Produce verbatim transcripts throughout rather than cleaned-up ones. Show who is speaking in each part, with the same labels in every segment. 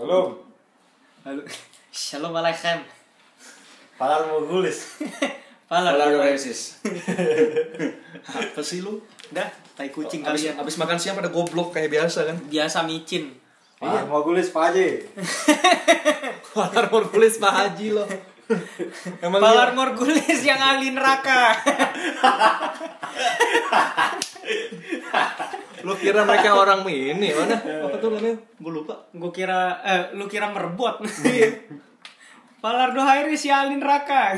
Speaker 1: Shalom.
Speaker 2: Halo. Shalom alaikum.
Speaker 1: Palar mau gulis.
Speaker 2: Palar
Speaker 3: Polarosis. Apa sih lu?
Speaker 2: Dah, tai kucing
Speaker 3: abis,
Speaker 2: kalian.
Speaker 3: abis makan siang pada goblok kayak biasa kan?
Speaker 2: Biasa micin.
Speaker 1: Palar mau gulis Pak Haji.
Speaker 3: Palar morgulis Pak Haji lo. Emang
Speaker 2: Palar morgulis yang ahli neraka.
Speaker 3: lu kira mereka orang ini mana? Apa tuh namanya? Gue lupa.
Speaker 2: Gue kira eh lu kira merebut. Palar dohairi si ahli neraka.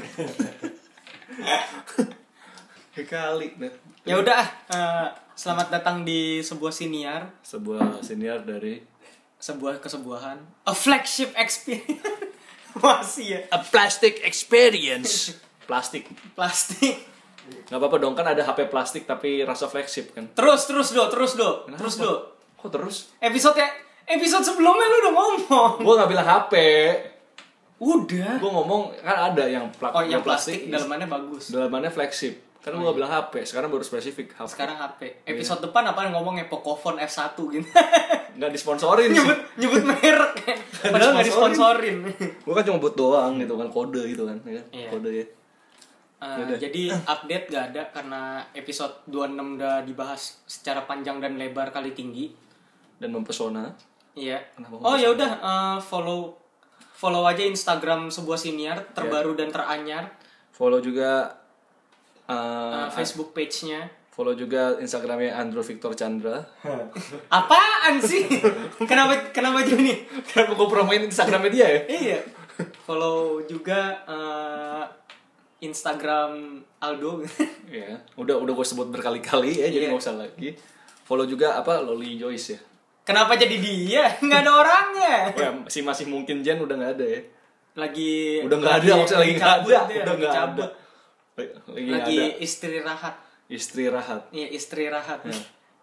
Speaker 3: Kali.
Speaker 2: Ya udah ah, eh, selamat datang di sebuah siniar,
Speaker 3: Sebuah senior dari
Speaker 2: sebuah kesebuahan, a flagship experience. Masih ya,
Speaker 3: A Plastic Experience. Plastik.
Speaker 2: plastik.
Speaker 3: Gak apa-apa dong, kan ada H P plastik tapi rasa flagship kan.
Speaker 2: Terus terus do, terus do,
Speaker 3: Kenapa?
Speaker 2: terus do.
Speaker 3: Kok terus?
Speaker 2: Episode ya, episode sebelumnya lu udah ngomong.
Speaker 3: Gue gak bilang H P.
Speaker 2: Udah.
Speaker 3: Gue ngomong kan ada yang, pla-
Speaker 2: Oh, yang
Speaker 3: yang
Speaker 2: plastik dalamannya bagus.
Speaker 3: Dalamannya flagship. Kan gue gak bilang H P, sekarang baru spesifik H P.
Speaker 2: Sekarang H P. Episode depan apa yang ngomongnya Pocophone F satu gitu.
Speaker 3: Gak disponsorin sih.
Speaker 2: nyebut nyebut merek. Padahal nggak disponsorin.
Speaker 3: Gue kan cuma buat doang gitu kan, kode gitu kan, ya kan?
Speaker 2: Iya.
Speaker 3: Kode ya.
Speaker 2: Uh,
Speaker 3: Yaudah.
Speaker 2: jadi update gak ada karena episode dua puluh enam udah dibahas secara panjang dan lebar kali tinggi.
Speaker 3: Dan mempesona.
Speaker 2: Iya.
Speaker 3: Kenapa
Speaker 2: Oh ya udah uh, follow follow aja Instagram sebuah siniar terbaru dan teranyar.
Speaker 3: Follow juga
Speaker 2: Uh,
Speaker 3: uh,
Speaker 2: Facebook page-nya.
Speaker 3: follow juga Instagramnya Andrew Victor Chandra.
Speaker 2: Apaan sih? kenapa kenapa jadi?
Speaker 3: Kenapa gue promoin Instagramnya dia ya?
Speaker 2: Iya. Follow juga uh, Instagram Aldo.
Speaker 3: Iya. Udah udah gue sebut berkali-kali ya, jadi
Speaker 2: Iya.
Speaker 3: nggak usah lagi. Follow juga apa Loli Joyce ya.
Speaker 2: Kenapa jadi dia? Nggak ada orangnya.
Speaker 3: Oh ya, masih masih mungkin Jen udah nggak ada ya.
Speaker 2: Lagi
Speaker 3: Udah nggak ada, maksudnya lagi nggak
Speaker 2: cabut
Speaker 3: ada.
Speaker 2: dia,
Speaker 3: Udah
Speaker 2: lagi
Speaker 3: nggak
Speaker 2: cabut.
Speaker 3: ada. Lagi, lagi,
Speaker 2: Lagi
Speaker 3: nggak ada.
Speaker 2: istri rahat.
Speaker 3: Istri rahat.
Speaker 2: Iya, istri rahat.
Speaker 3: Ya.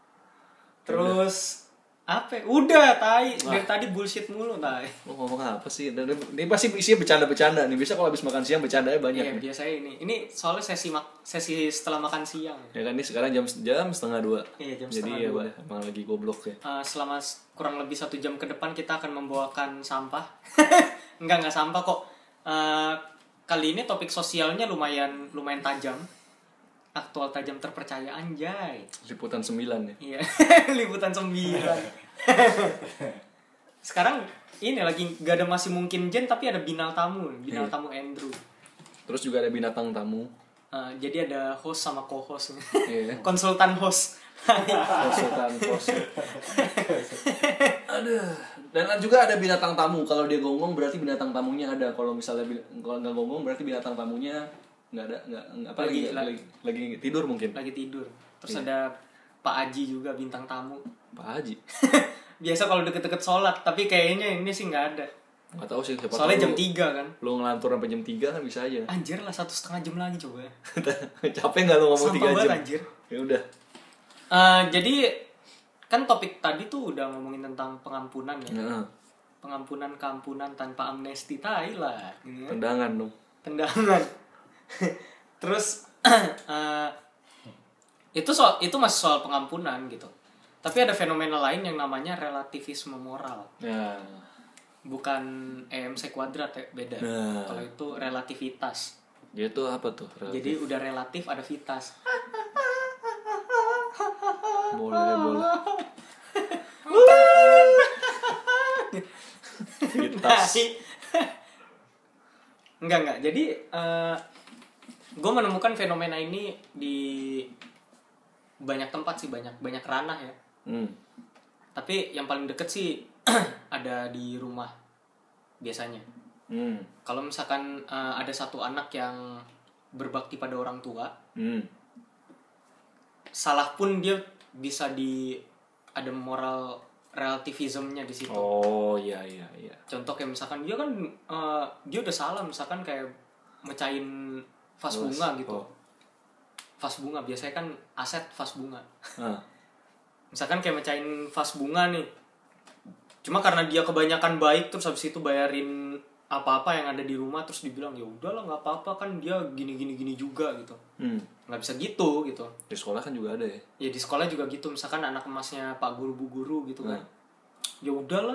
Speaker 2: Terus apa? ya? Udah, tai. Dari tadi bullshit mulu, tai.
Speaker 3: Lo ngomong apa sih? Dan ini pasti isinya bercanda-bercanda nih. Bisa kalau habis makan siang bercandanya banyak
Speaker 2: Iya,
Speaker 3: nih.
Speaker 2: biasanya ini. Ini soalnya sesi mak sesi setelah makan siang.
Speaker 3: Ya kan ini sekarang jam jam setengah dua.
Speaker 2: Iya, jam
Speaker 3: Jadi
Speaker 2: setengah
Speaker 3: ya
Speaker 2: dua.
Speaker 3: udah emang lagi goblok ya.
Speaker 2: Uh, selama s- kurang lebih satu jam ke depan kita akan membawakan sampah. Enggak, enggak sampah kok. Uh, kali ini topik sosialnya lumayan lumayan tajam. Aktual tajam terpercaya, anjay.
Speaker 3: Liputan sembilan ya.
Speaker 2: Iya, liputan sembilan. Sekarang ini lagi gak ada masih mungkin Jen tapi ada binal tamu, binal
Speaker 3: Iya.
Speaker 2: tamu Andrew.
Speaker 3: Terus juga ada binatang tamu.
Speaker 2: Uh, jadi ada host sama co-host.
Speaker 3: Iya.
Speaker 2: Konsultan host.
Speaker 3: Konsultan pos. Aduh. Dan juga ada binatang tamu. Kalau dia gonggong berarti binatang tamunya ada. Kalau misalnya bin- kalau nggak gonggong berarti binatang tamunya nggak ada. Nggak nggak- apa lagi
Speaker 2: Lagi-
Speaker 3: lagi, lagi, tidur mungkin.
Speaker 2: Lagi tidur. Terus
Speaker 3: Iya.
Speaker 2: ada Pak Aji juga bintang tamu.
Speaker 3: Pak Haji.
Speaker 2: Biasa kalau deket-deket sholat, tapi kayaknya ini sih nggak ada.
Speaker 3: Nggak tahu sih. Siapa
Speaker 2: Soalnya
Speaker 3: tahu
Speaker 2: jam
Speaker 3: lu-
Speaker 2: tiga kan.
Speaker 3: Lu ngelantur sampai jam tiga kan bisa aja.
Speaker 2: Anjir lah, satu setengah jam lagi coba.
Speaker 3: Capek nggak lu ngomong
Speaker 2: Sampah
Speaker 3: tiga
Speaker 2: banget,
Speaker 3: jam?
Speaker 2: anjir.
Speaker 3: Ya udah.
Speaker 2: Eh, jadi kan topik tadi tuh udah ngomongin tentang pengampunan ya.
Speaker 3: Nah,
Speaker 2: Pengampunan keampunan tanpa amnesti, tai lah gitu kan.
Speaker 3: tendangan dong.
Speaker 2: Tendangan. Terus eh, itu soal itu masih soal pengampunan gitu. Tapi ada fenomena lain yang namanya relativisme moral.
Speaker 3: Ya.
Speaker 2: Bukan E M C kuadrat ya, beda.
Speaker 3: Nah.
Speaker 2: Kalau itu relativitas.
Speaker 3: Jadi itu apa tuh?
Speaker 2: Jadi udah relatif ada vitas.
Speaker 3: boleh boleh. Vitas.
Speaker 2: Enggak enggak. Jadi uh, gue menemukan fenomena ini di banyak tempat sih, banyak banyak ranah ya.
Speaker 3: Hmm.
Speaker 2: Tapi yang paling deket sih ada di rumah biasanya.
Speaker 3: Hmm.
Speaker 2: Kalau misalkan uh, ada satu anak yang berbakti pada orang tua,
Speaker 3: Hmm.
Speaker 2: salah pun dia bisa di ada moral relativismnya di situ.
Speaker 3: Oh iya iya iya.
Speaker 2: Contoh kayak misalkan dia kan uh, dia udah salah misalkan kayak mecahin vas
Speaker 3: Vas,
Speaker 2: bunga gitu.
Speaker 3: oh.
Speaker 2: Vas bunga biasanya kan aset vas bunga.
Speaker 3: Ah.
Speaker 2: Misalkan kayak mecahin vas bunga nih. Cuma karena dia kebanyakan baik terus habis itu bayarin apa-apa yang ada di rumah terus dibilang ya udahlah nggak apa-apa kan dia gini-gini gini juga gitu.
Speaker 3: Hmm.
Speaker 2: Nggak bisa gitu gitu.
Speaker 3: Di sekolah kan juga ada ya.
Speaker 2: Ya di sekolah juga gitu misalkan anak emasnya Pak Guru Bu Guru gitu kan.
Speaker 3: Hmm.
Speaker 2: Ya udahlah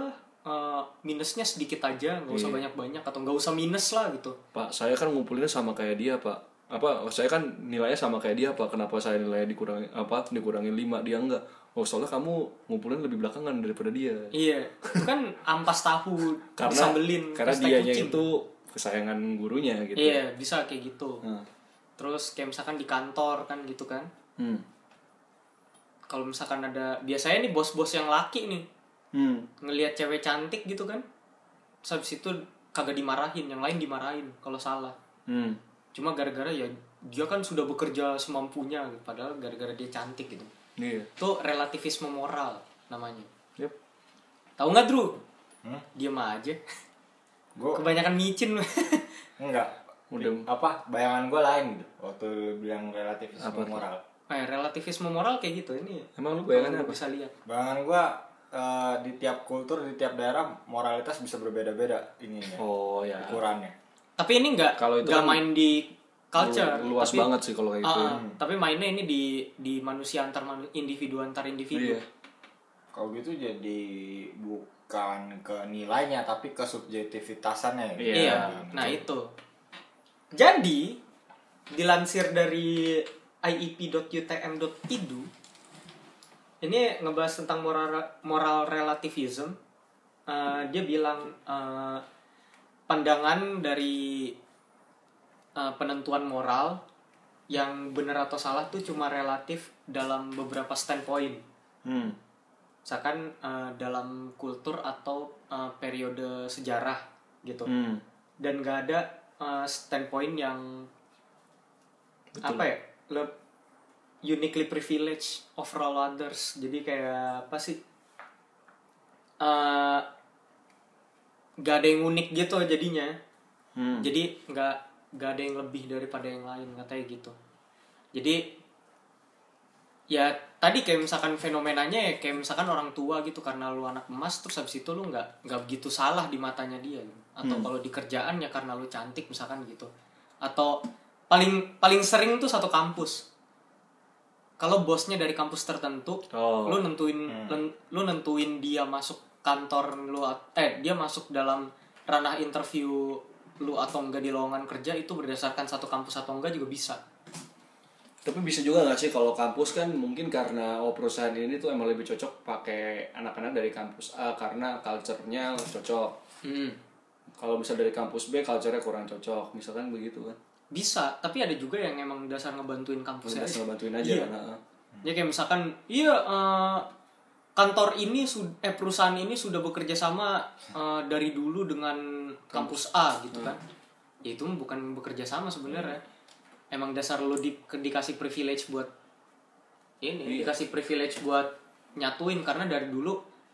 Speaker 2: uh, minusnya sedikit aja, nggak usah
Speaker 3: Iya.
Speaker 2: banyak-banyak atau nggak usah minus lah gitu.
Speaker 3: Pak, saya kan ngumpulinnya sama kayak dia, Pak. Apa, saya kan nilainya sama kayak dia, Pak. Kenapa saya nilainya dikurangin apa? Dikurangin lima, dia enggak. Oh, soalnya kamu ngumpulin lebih belakangan daripada dia.
Speaker 2: Iya, itu kan ampas tahu
Speaker 3: Karena
Speaker 2: disambelin
Speaker 3: karena
Speaker 2: terus tai
Speaker 3: dianya
Speaker 2: kucing.
Speaker 3: itu kesayangan gurunya gitu.
Speaker 2: Iya, bisa kayak gitu.
Speaker 3: Nah.
Speaker 2: Terus kayak misalkan di kantor kan gitu kan.
Speaker 3: Hmm.
Speaker 2: Kalau misalkan ada biasanya nih bos-bos yang laki nih
Speaker 3: Hmm.
Speaker 2: ngelihat cewek cantik gitu kan, terus habis itu kagak dimarahin, yang lain dimarahin kalau salah.
Speaker 3: Hmm.
Speaker 2: Cuma gara-gara ya dia kan sudah bekerja semampunya gitu, padahal gara-gara dia cantik gitu.
Speaker 3: Iya.
Speaker 2: Itu relativisme moral namanya.
Speaker 3: Yep.
Speaker 2: Tahu nggak, Drew?
Speaker 1: Hmm?
Speaker 2: Diam aja.
Speaker 1: Gue
Speaker 2: Kebanyakan micin.
Speaker 1: enggak.
Speaker 3: Udah.
Speaker 1: Apa bayangan gue lain gitu waktu lu bilang relativisme
Speaker 3: Apa tuh?
Speaker 1: moral.
Speaker 2: Eh, relativisme moral kayak gitu ini.
Speaker 3: Emang lu
Speaker 2: Kalau
Speaker 3: bayangannya
Speaker 2: lu
Speaker 3: apa?
Speaker 2: bisa lihat.
Speaker 1: Bayangan gue eh, di tiap kultur, di tiap daerah moralitas bisa berbeda-beda ininya.
Speaker 3: Oh ya.
Speaker 1: Ukurannya.
Speaker 2: Tapi ini nggak
Speaker 3: Kalau itu
Speaker 2: nggak
Speaker 3: kan
Speaker 2: main di culture.
Speaker 3: Lu- luas
Speaker 2: tapi,
Speaker 3: banget sih kalau kayak gitu.
Speaker 2: Ah, tapi mainnya ini di di manusia antar manu- individu antar individu.
Speaker 3: Iya.
Speaker 1: Kalau gitu jadi bukan ke nilainya tapi ke subjektivitasannya.
Speaker 3: Iya.
Speaker 2: Iya. Nah, itu. Jadi dilansir dari i e p dot u t m dot e d u ini ngebahas tentang moral moral relativism. Eh, dia bilang eh, pandangan dari eh, penentuan moral yang benar atau salah tuh cuma relatif dalam beberapa standpoint.
Speaker 3: Hmm.
Speaker 2: Misalkan eh, dalam kultur atau eh, periode sejarah gitu.
Speaker 3: Hmm.
Speaker 2: Dan gak ada uh, standpoint yang
Speaker 3: Betul.
Speaker 2: apa ya, le- uniquely privileged over all others. Jadi kayak apa sih, uh, gak ada yang unik gitu jadinya.
Speaker 3: Hmm.
Speaker 2: Jadi gak gak ada yang lebih daripada yang lain, katanya gitu. Jadi ya tadi kayak misalkan fenomenanya ya kayak misalkan orang tua gitu, karena lu anak emas terus habis itu lu nggak nggak begitu salah di matanya dia gitu. Atau
Speaker 3: Hmm.
Speaker 2: kalau di kerjaan ya karena lu cantik misalkan gitu. Atau paling paling sering tuh satu kampus, kalau bosnya dari kampus tertentu,
Speaker 3: Oh.
Speaker 2: lu nentuin
Speaker 1: Hmm.
Speaker 2: len- lu nentuin dia masuk kantor lu at- eh dia masuk dalam ranah interview lu atau enggak di lowongan kerja itu berdasarkan satu kampus atau enggak juga bisa.
Speaker 3: Tapi bisa juga nggak sih kalau kampus kan mungkin karena oh perusahaan ini tuh emang lebih cocok pakai anak-anak dari kampus A karena culture-nya cocok.
Speaker 2: Hmm.
Speaker 3: Kalau misal dari kampus B culture-nya kurang cocok, misalkan begitu kan.
Speaker 2: Bisa, tapi ada juga yang emang dasar ngebantuin kampusnya
Speaker 3: Bisa
Speaker 2: aja.
Speaker 3: ngebantuin aja
Speaker 2: Iya.
Speaker 3: kan. Heeh.
Speaker 2: Ya kayak misalkan, iya eh, kantor ini sud- eh perusahaan ini sudah bekerja sama eh, dari dulu dengan kampus A gitu kan. Ya itu bukan bekerja sama sebenarnya. Emang dasar lu di, ke- dikasih privilege buat ini,
Speaker 3: Iya.
Speaker 2: dikasih privilege buat nyatuin karena dari dulu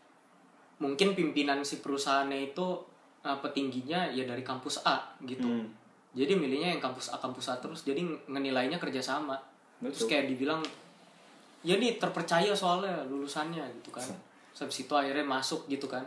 Speaker 2: mungkin pimpinan si perusahaannya itu eh, petingginya ya dari kampus A gitu.
Speaker 3: Hmm.
Speaker 2: Jadi milihnya yang kampus A kampus A terus, jadi ngenilainya kerjasama. Terus
Speaker 3: Betul.
Speaker 2: kayak dibilang, ya nih terpercaya soalnya lulusannya gitu kan. Terus habis itu akhirnya masuk gitu kan.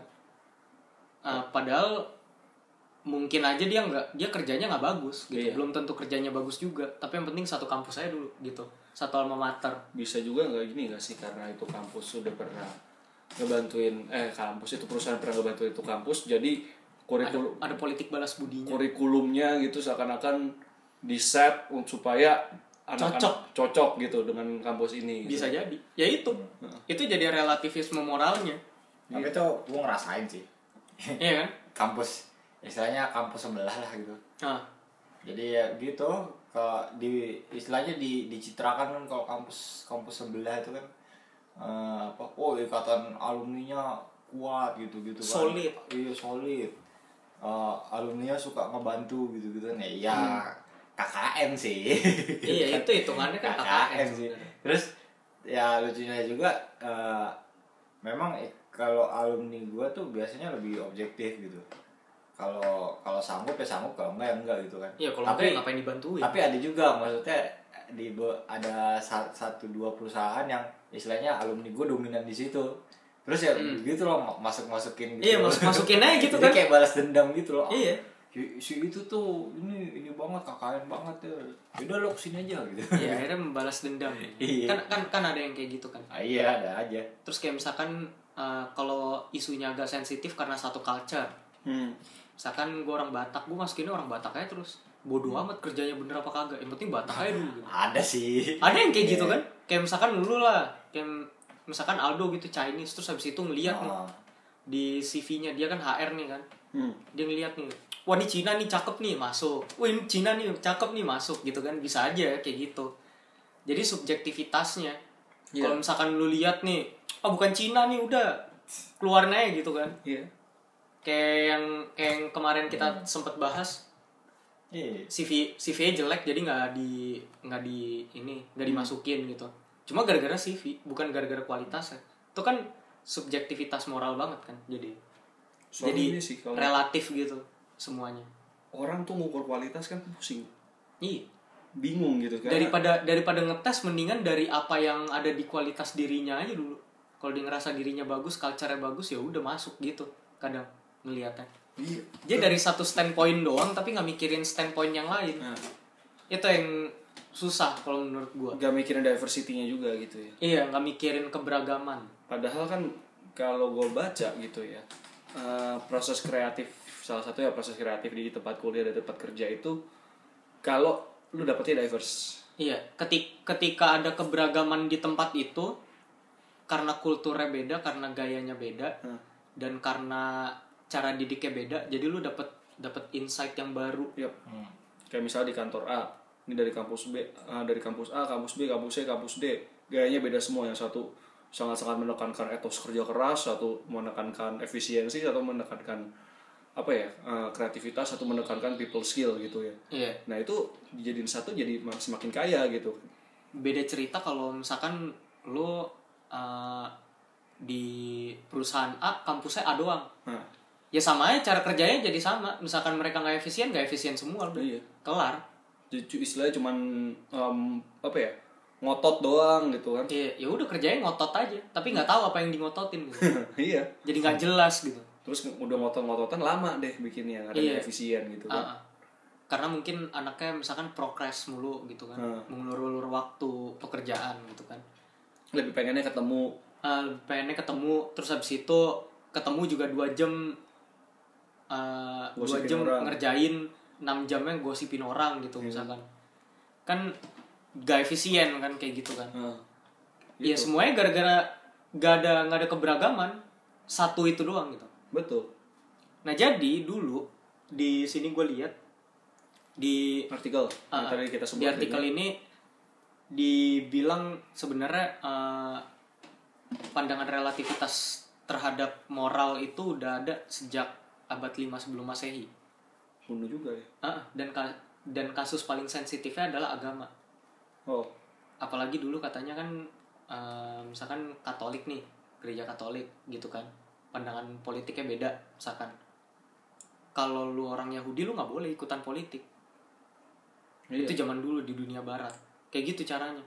Speaker 2: Uh, padahal mungkin aja dia nggak dia kerjanya nggak bagus gitu.
Speaker 3: Iya.
Speaker 2: Belum tentu kerjanya bagus juga. Tapi yang penting satu kampus aja dulu gitu. Satu alma mater.
Speaker 3: Bisa juga nggak gini nggak sih karena itu kampus sudah pernah ngebantuin eh kampus itu perusahaan pernah ngebantuin itu kampus jadi
Speaker 2: Ada,
Speaker 3: kurikulum
Speaker 2: ada politik balas budinya.
Speaker 3: kurikulumnya gitu seakan-akan di set supaya anak-anak
Speaker 2: Cocok.
Speaker 3: cocok gitu dengan kampus ini gitu.
Speaker 2: Bisa jadi. Ya itu. Itu jadi relativisme moralnya.
Speaker 1: Tapi tuh gue ngerasain sih.
Speaker 2: Iya kan?
Speaker 1: Kampus istilahnya kampus sebelah lah gitu.
Speaker 2: Nah,
Speaker 1: Jadi ya gitu ke di istilahnya di dicitrakan kan kalau kampus kampus sebelah itu kan eh, apa oh ikatan alumninya kuat gitu gitu kan.
Speaker 2: Solid.
Speaker 1: Iya solid. Eh, alumninya suka ngebantu gitu gitu kan ya K K N sih.
Speaker 2: iya itu hitungannya kan K K N
Speaker 1: sih.
Speaker 2: sebenarnya.
Speaker 1: Terus ya lucunya juga eh, memang eh, kalau alumni gua tuh biasanya lebih objektif gitu. Kalau kalau sanggup ya sanggup, kalau enggak ya enggak gitu kan.
Speaker 2: Iya, kalau
Speaker 1: tapi
Speaker 2: enggak ya ngapain dibantuin?
Speaker 1: tapi ada juga maksudnya di be- ada sa- satu dua perusahaan yang istilahnya alumni gue dominan di situ. Terus ya
Speaker 2: Hmm.
Speaker 1: gitu loh masuk masukin gitu.
Speaker 2: Iya, masuk-masukin aja gitu
Speaker 1: Jadi
Speaker 2: kan.
Speaker 1: kayak balas dendam gitu loh.
Speaker 2: Iya.
Speaker 1: si, si itu tuh ini ini banget K K N banget ya. Udah lo kesini aja gitu.
Speaker 2: Iya, akhirnya membalas dendam.
Speaker 1: Iya.
Speaker 2: Kan kan kan ada yang kayak gitu kan.
Speaker 1: Ah, iya ada aja.
Speaker 2: Terus kayak misalkan uh, kalau isunya agak sensitif karena satu culture.
Speaker 3: Hmm.
Speaker 2: Misalkan gue orang Batak, gue masukinnya orang Batak aja terus. Bodoh amat kerjanya bener apa kagak. Yang penting Batak aja dulu. Gitu.
Speaker 1: Ada sih.
Speaker 2: Ada yang kayak gitu
Speaker 1: Iya.
Speaker 2: kan. Kayak misalkan dulu lah, kayak misalkan Aldo gitu Chinese terus habis itu ngeliat nih
Speaker 1: Ah.
Speaker 2: di C V-nya dia kan H R nih kan.
Speaker 3: Hmm.
Speaker 2: Dia ngeliat nih, wah ini Cina nih cakep nih masuk. Wah ini Cina nih cakep nih masuk gitu kan. Bisa aja kayak gitu. Jadi subjektivitasnya.
Speaker 3: Iya.
Speaker 2: Kalau misalkan lu lihat nih, oh bukan Cina nih udah keluarin aja gitu kan.
Speaker 3: Iya.
Speaker 2: Kayak yang kayak yang kemarin kita
Speaker 1: Hmm.
Speaker 2: sempet bahas
Speaker 1: Iya.
Speaker 2: C V C V jelek jadi nggak di nggak di ini nggak dimasukin gitu. Cuma gara-gara C V bukan gara-gara kualitasnya. Itu kan subjektivitas moral banget kan. Jadi
Speaker 3: Soal
Speaker 2: jadi
Speaker 3: ini sih kalau
Speaker 2: relatif gitu semuanya.
Speaker 3: orang tuh ngukur kualitas kan pusing,
Speaker 2: Iya.
Speaker 3: bingung gitu kan.
Speaker 2: Daripada daripada ngetes mendingan dari apa yang ada di kualitas dirinya aja dulu. Kalau dia ngerasa dirinya bagus, culture-nya bagus ya udah masuk gitu. Kadang ngelihatnya.
Speaker 3: Iya.
Speaker 2: Dia dari satu standpoint doang tapi nggak mikirin standpoint yang lain.
Speaker 3: Nah,
Speaker 2: Itu yang susah kalau menurut gua.
Speaker 3: gak mikirin diversity-nya juga gitu ya.
Speaker 2: Iya, nggak mikirin keberagaman.
Speaker 3: Padahal kan kalau gue baca gitu ya, eh, proses kreatif salah satu ya proses kreatif di tempat kuliah dan tempat kerja itu kalau lu dapetnya diverse.
Speaker 2: Iya, ketik, ketika ada keberagaman di tempat itu karena kulturnya beda, karena gayanya beda,
Speaker 3: Hmm.
Speaker 2: dan karena cara didiknya beda, jadi lu dapet dapet insight yang baru.
Speaker 3: Yep.
Speaker 1: Hmm.
Speaker 3: Kayak misalnya di kantor A, ini dari kampus B, ah, dari kampus A, kampus B, kampus C, kampus D, gayanya beda semua. Yang satu sangat-sangat menekankan etos kerja keras, satu menekankan efisiensi, satu menekankan apa ya eh, kreativitas, satu menekankan people skill gitu ya.
Speaker 2: Iya,
Speaker 3: Nah itu dijadiin satu jadi mak- semakin kaya gitu.
Speaker 2: beda cerita kalau misalkan lu uh, di perusahaan A, kampusnya A doang.
Speaker 3: Nah,
Speaker 2: Ya sama aja cara kerjanya jadi sama. Misalkan mereka nggak efisien, nggak efisien semua udah.
Speaker 3: Iya.
Speaker 2: Kelar.
Speaker 3: jadi istilahnya cuman em, apa ya ngotot doang gitu kan.
Speaker 2: Iya, ya udah kerjanya ngotot aja, tapi nggak tahu apa yang di ngototin gitu.
Speaker 3: Iya.
Speaker 2: Jadi nggak jelas gitu.
Speaker 3: Terus udah ngotot-ngototan lama deh bikinnya, karena
Speaker 2: Iya.
Speaker 3: nggak efisien gitu kan.
Speaker 2: Ah, ah. Karena mungkin anaknya misalkan progres mulu gitu kan,
Speaker 3: Hmm.
Speaker 2: mengulur-ulur waktu pekerjaan gitu kan.
Speaker 3: Lebih pengennya ketemu.
Speaker 2: Ah, pengennya ketemu, terus habis itu ketemu juga dua jam, ah, dua
Speaker 3: Gosipin
Speaker 2: jam
Speaker 3: orang.
Speaker 2: ngerjain enam jamnya gosipin orang gitu
Speaker 3: Iya.
Speaker 2: misalkan. Kan gak efisien kan kayak gitu kan.
Speaker 3: Nah,
Speaker 2: Ya
Speaker 3: gitu.
Speaker 2: semuanya gara-gara gak ada gak ada keberagaman, satu itu doang gitu.
Speaker 3: Betul.
Speaker 2: Nah jadi dulu di sini gue lihat di
Speaker 3: Artikel yang
Speaker 2: Ah,
Speaker 3: tadi kita sebut
Speaker 2: di artikel ini dibilang sebenarnya eh, pandangan relativitas terhadap moral itu udah ada sejak abad lima sebelum Masehi.
Speaker 3: bunuh juga ya.
Speaker 2: Ah, dan ka- dan kasus paling sensitifnya adalah agama.
Speaker 3: Oh,
Speaker 2: Apalagi dulu katanya kan eh, misalkan Katolik nih, gereja Katolik gitu kan. Pandangan politiknya beda misalkan. Kalau lu orang Yahudi lu nggak boleh ikutan politik.
Speaker 3: iya.
Speaker 2: Itu zaman dulu di dunia barat. Kayak gitu caranya.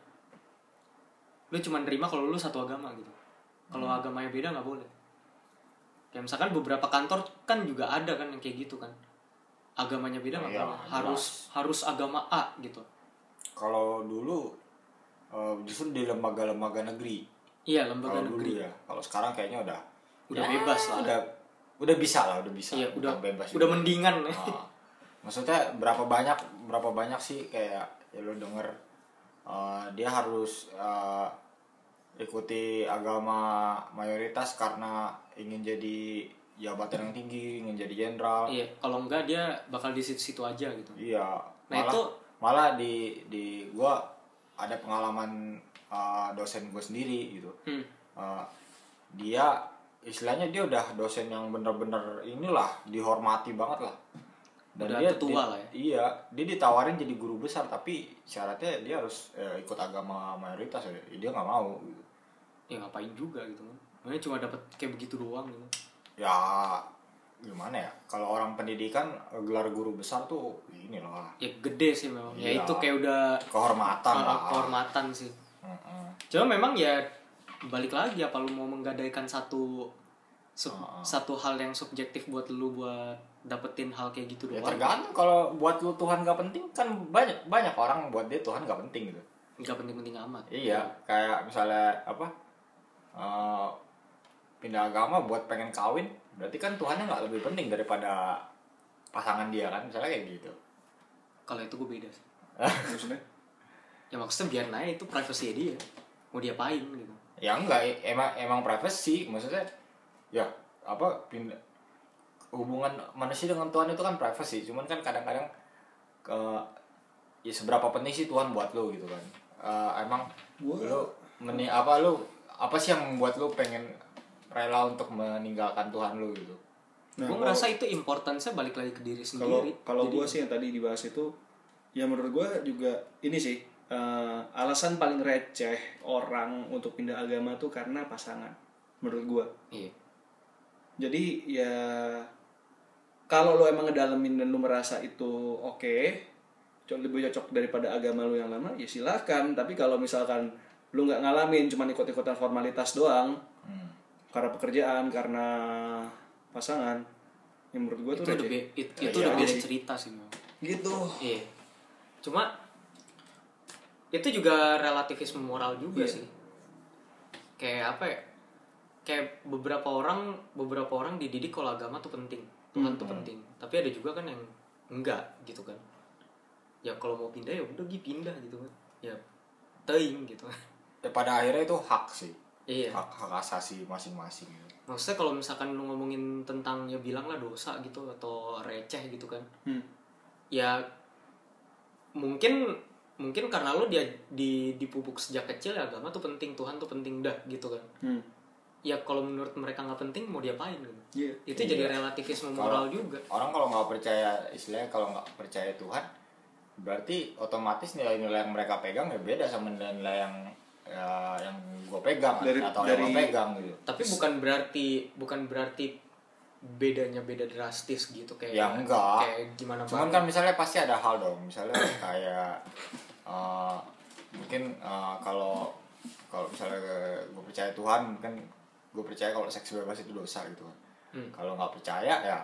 Speaker 2: Lu cuma nerima kalau lu satu agama gitu. Kalau
Speaker 3: Hmm.
Speaker 2: agamanya beda nggak boleh. Kayak misalkan beberapa kantor kan juga ada kan yang kayak gitu kan. Agamanya beda nggak
Speaker 1: Iya,
Speaker 2: boleh.
Speaker 1: jelas.
Speaker 2: Harus harus agama A gitu.
Speaker 1: Kalau dulu eh, justru di lembaga-lembaga negeri.
Speaker 2: Iya, lembaga
Speaker 1: Kalau dulu
Speaker 2: negeri.
Speaker 1: ya. Kalau sekarang kayaknya udah
Speaker 2: Udah
Speaker 1: ya,
Speaker 2: bebas lah.
Speaker 1: Udah udah bisa lah, udah bisa.
Speaker 2: Iya,
Speaker 1: Bukan
Speaker 2: udah
Speaker 1: bebas.
Speaker 2: udah
Speaker 1: juga.
Speaker 2: mendingan.
Speaker 1: Ah. Maksudnya berapa banyak berapa banyak sih kayak ya lo denger eh, dia harus eh, ikuti agama mayoritas karena ingin jadi jabatan yang tinggi, ingin jadi jenderal.
Speaker 2: Iya, kalau enggak dia bakal di situ-situ aja gitu.
Speaker 1: Iya.
Speaker 2: Nah,
Speaker 1: Malah,
Speaker 2: itu-
Speaker 1: malah di di gua ada pengalaman uh, dosen gue sendiri gitu.
Speaker 2: Hmm.
Speaker 1: Uh, dia istilahnya dia udah dosen yang bener-bener inilah dihormati banget lah.
Speaker 2: Udah
Speaker 1: dia
Speaker 2: tetua
Speaker 1: dia-
Speaker 2: lah ya.
Speaker 1: Iya, dia ditawarin jadi guru besar tapi syaratnya dia harus eh, ikut agama mayoritas ya. Dia nggak mau gitu.
Speaker 2: Ya ngapain juga gitu kan. Makanya cuma dapat kayak begitu doang gitu.
Speaker 1: Ya gimana ya? Kalau orang pendidikan eh, gelar guru besar tuh ini lah
Speaker 2: Ya gede sih memang. Ya
Speaker 1: Iya.
Speaker 2: itu kayak udah
Speaker 1: kehormatan
Speaker 2: uh,
Speaker 1: lah.
Speaker 2: kehormatan sih.
Speaker 1: Mm-mm.
Speaker 2: Cuma memang ya balik lagi apa lu mau menggadaikan satu Sub-
Speaker 1: Uh-uh.
Speaker 2: satu hal yang subjektif buat lu buat dapetin hal kayak gitu
Speaker 1: Ya
Speaker 2: doang.
Speaker 1: tergantung, kalau buat lu Tuhan gak penting kan banyak banyak orang buat dia Tuhan gak penting gitu.
Speaker 2: Nggak penting-penting amat.
Speaker 1: Iya, kayak misalnya apa eh, pindah agama buat pengen kawin, berarti kan Tuhannya nggak lebih penting daripada pasangan dia kan, misalnya kayak gitu.
Speaker 2: Kalau itu gue beda sih.
Speaker 3: Maksudnya?
Speaker 2: Ya maksudnya biar naik, itu privasi dia. Mau diapain gitu.
Speaker 1: Ya enggak, e- emang emang privacy, maksudnya ya apa pindah hubungan manusia dengan Tuhan itu kan privacy, cuman kan kadang-kadang ke ya seberapa penting sih Tuhan buat lo gitu kan. Eh, emang
Speaker 3: Gua-
Speaker 1: lu meni apa lu apa sih yang membuat lu pengen rela untuk meninggalkan Tuhan lu gitu?
Speaker 3: Nah,
Speaker 2: gue
Speaker 3: kalau-
Speaker 2: ngerasa itu importance-nya balik lagi ke diri
Speaker 3: Kalau
Speaker 2: sendiri.
Speaker 3: kalau
Speaker 2: Jadi,
Speaker 3: gue sih yang tadi dibahas itu, ya menurut gue juga ini sih eh, alasan paling receh orang untuk pindah agama tuh karena pasangan, menurut gue.
Speaker 2: iya.
Speaker 3: Jadi ya kalau lo emang ngedalemin dan lo merasa itu oke, co- lebih cocok daripada agama lo yang lama, ya silakan. Tapi kalau misalkan lo nggak ngalamin, cuma ikut-ikutan formalitas doang,
Speaker 1: Hmm.
Speaker 3: karena pekerjaan, karena pasangan, yang menurut gue
Speaker 2: Itu
Speaker 3: tuh
Speaker 2: udah
Speaker 3: receh.
Speaker 2: be- it-
Speaker 1: Ya,
Speaker 2: itu
Speaker 1: iya
Speaker 2: udah beda
Speaker 3: sih.
Speaker 2: cerita sih memang.
Speaker 3: Gitu.
Speaker 2: Iya. Cuma itu juga relativisme moral juga
Speaker 3: Iya.
Speaker 2: sih. Kayak apa ya? Kayak beberapa orang beberapa orang dididik kalau agama tuh penting, Tuhan tuh penting. Tapi ada juga kan yang enggak gitu kan. Ya kalau mau pindah ya udah gi pindah gitu kan. Ya teuing gitu.
Speaker 1: Ya pada akhirnya itu hak sih,
Speaker 2: Iya.
Speaker 1: hak hak asasi masing-masing gitu.
Speaker 2: Maksudnya kalau misalkan lu ngomongin tentang ya bilanglah dosa gitu atau receh gitu kan.
Speaker 3: Hmm.
Speaker 2: Ya mungkin mungkin karena lo dia di dipupuk sejak kecil ya agama tuh penting, Tuhan tuh penting dah gitu kan.
Speaker 3: Hmm.
Speaker 2: Ya kalau menurut mereka nggak penting mau diapain gitu.
Speaker 3: Iya.
Speaker 2: Itu jadi relativisme moral juga.
Speaker 1: Orang kalau nggak percaya, istilahnya kalau nggak percaya Tuhan, berarti otomatis nilai-nilai yang mereka pegang ya beda sama nilai-nilai yang ya, yang gue pegang
Speaker 3: Dari-
Speaker 1: atau
Speaker 3: dari-
Speaker 1: yang gue pegang gitu.
Speaker 2: Tapi bukan berarti bukan berarti bedanya beda drastis gitu kayak
Speaker 1: Ya enggak.
Speaker 2: kayak gimana
Speaker 1: Cuman
Speaker 2: banget.
Speaker 1: kan misalnya pasti ada hal dong, misalnya kayak eh, mungkin eh, kalau kalau misalnya gue percaya Tuhan, kan gue percaya kalau seks bebas itu dosa gitu kan.
Speaker 2: Hmm.
Speaker 1: Kalau nggak percaya ya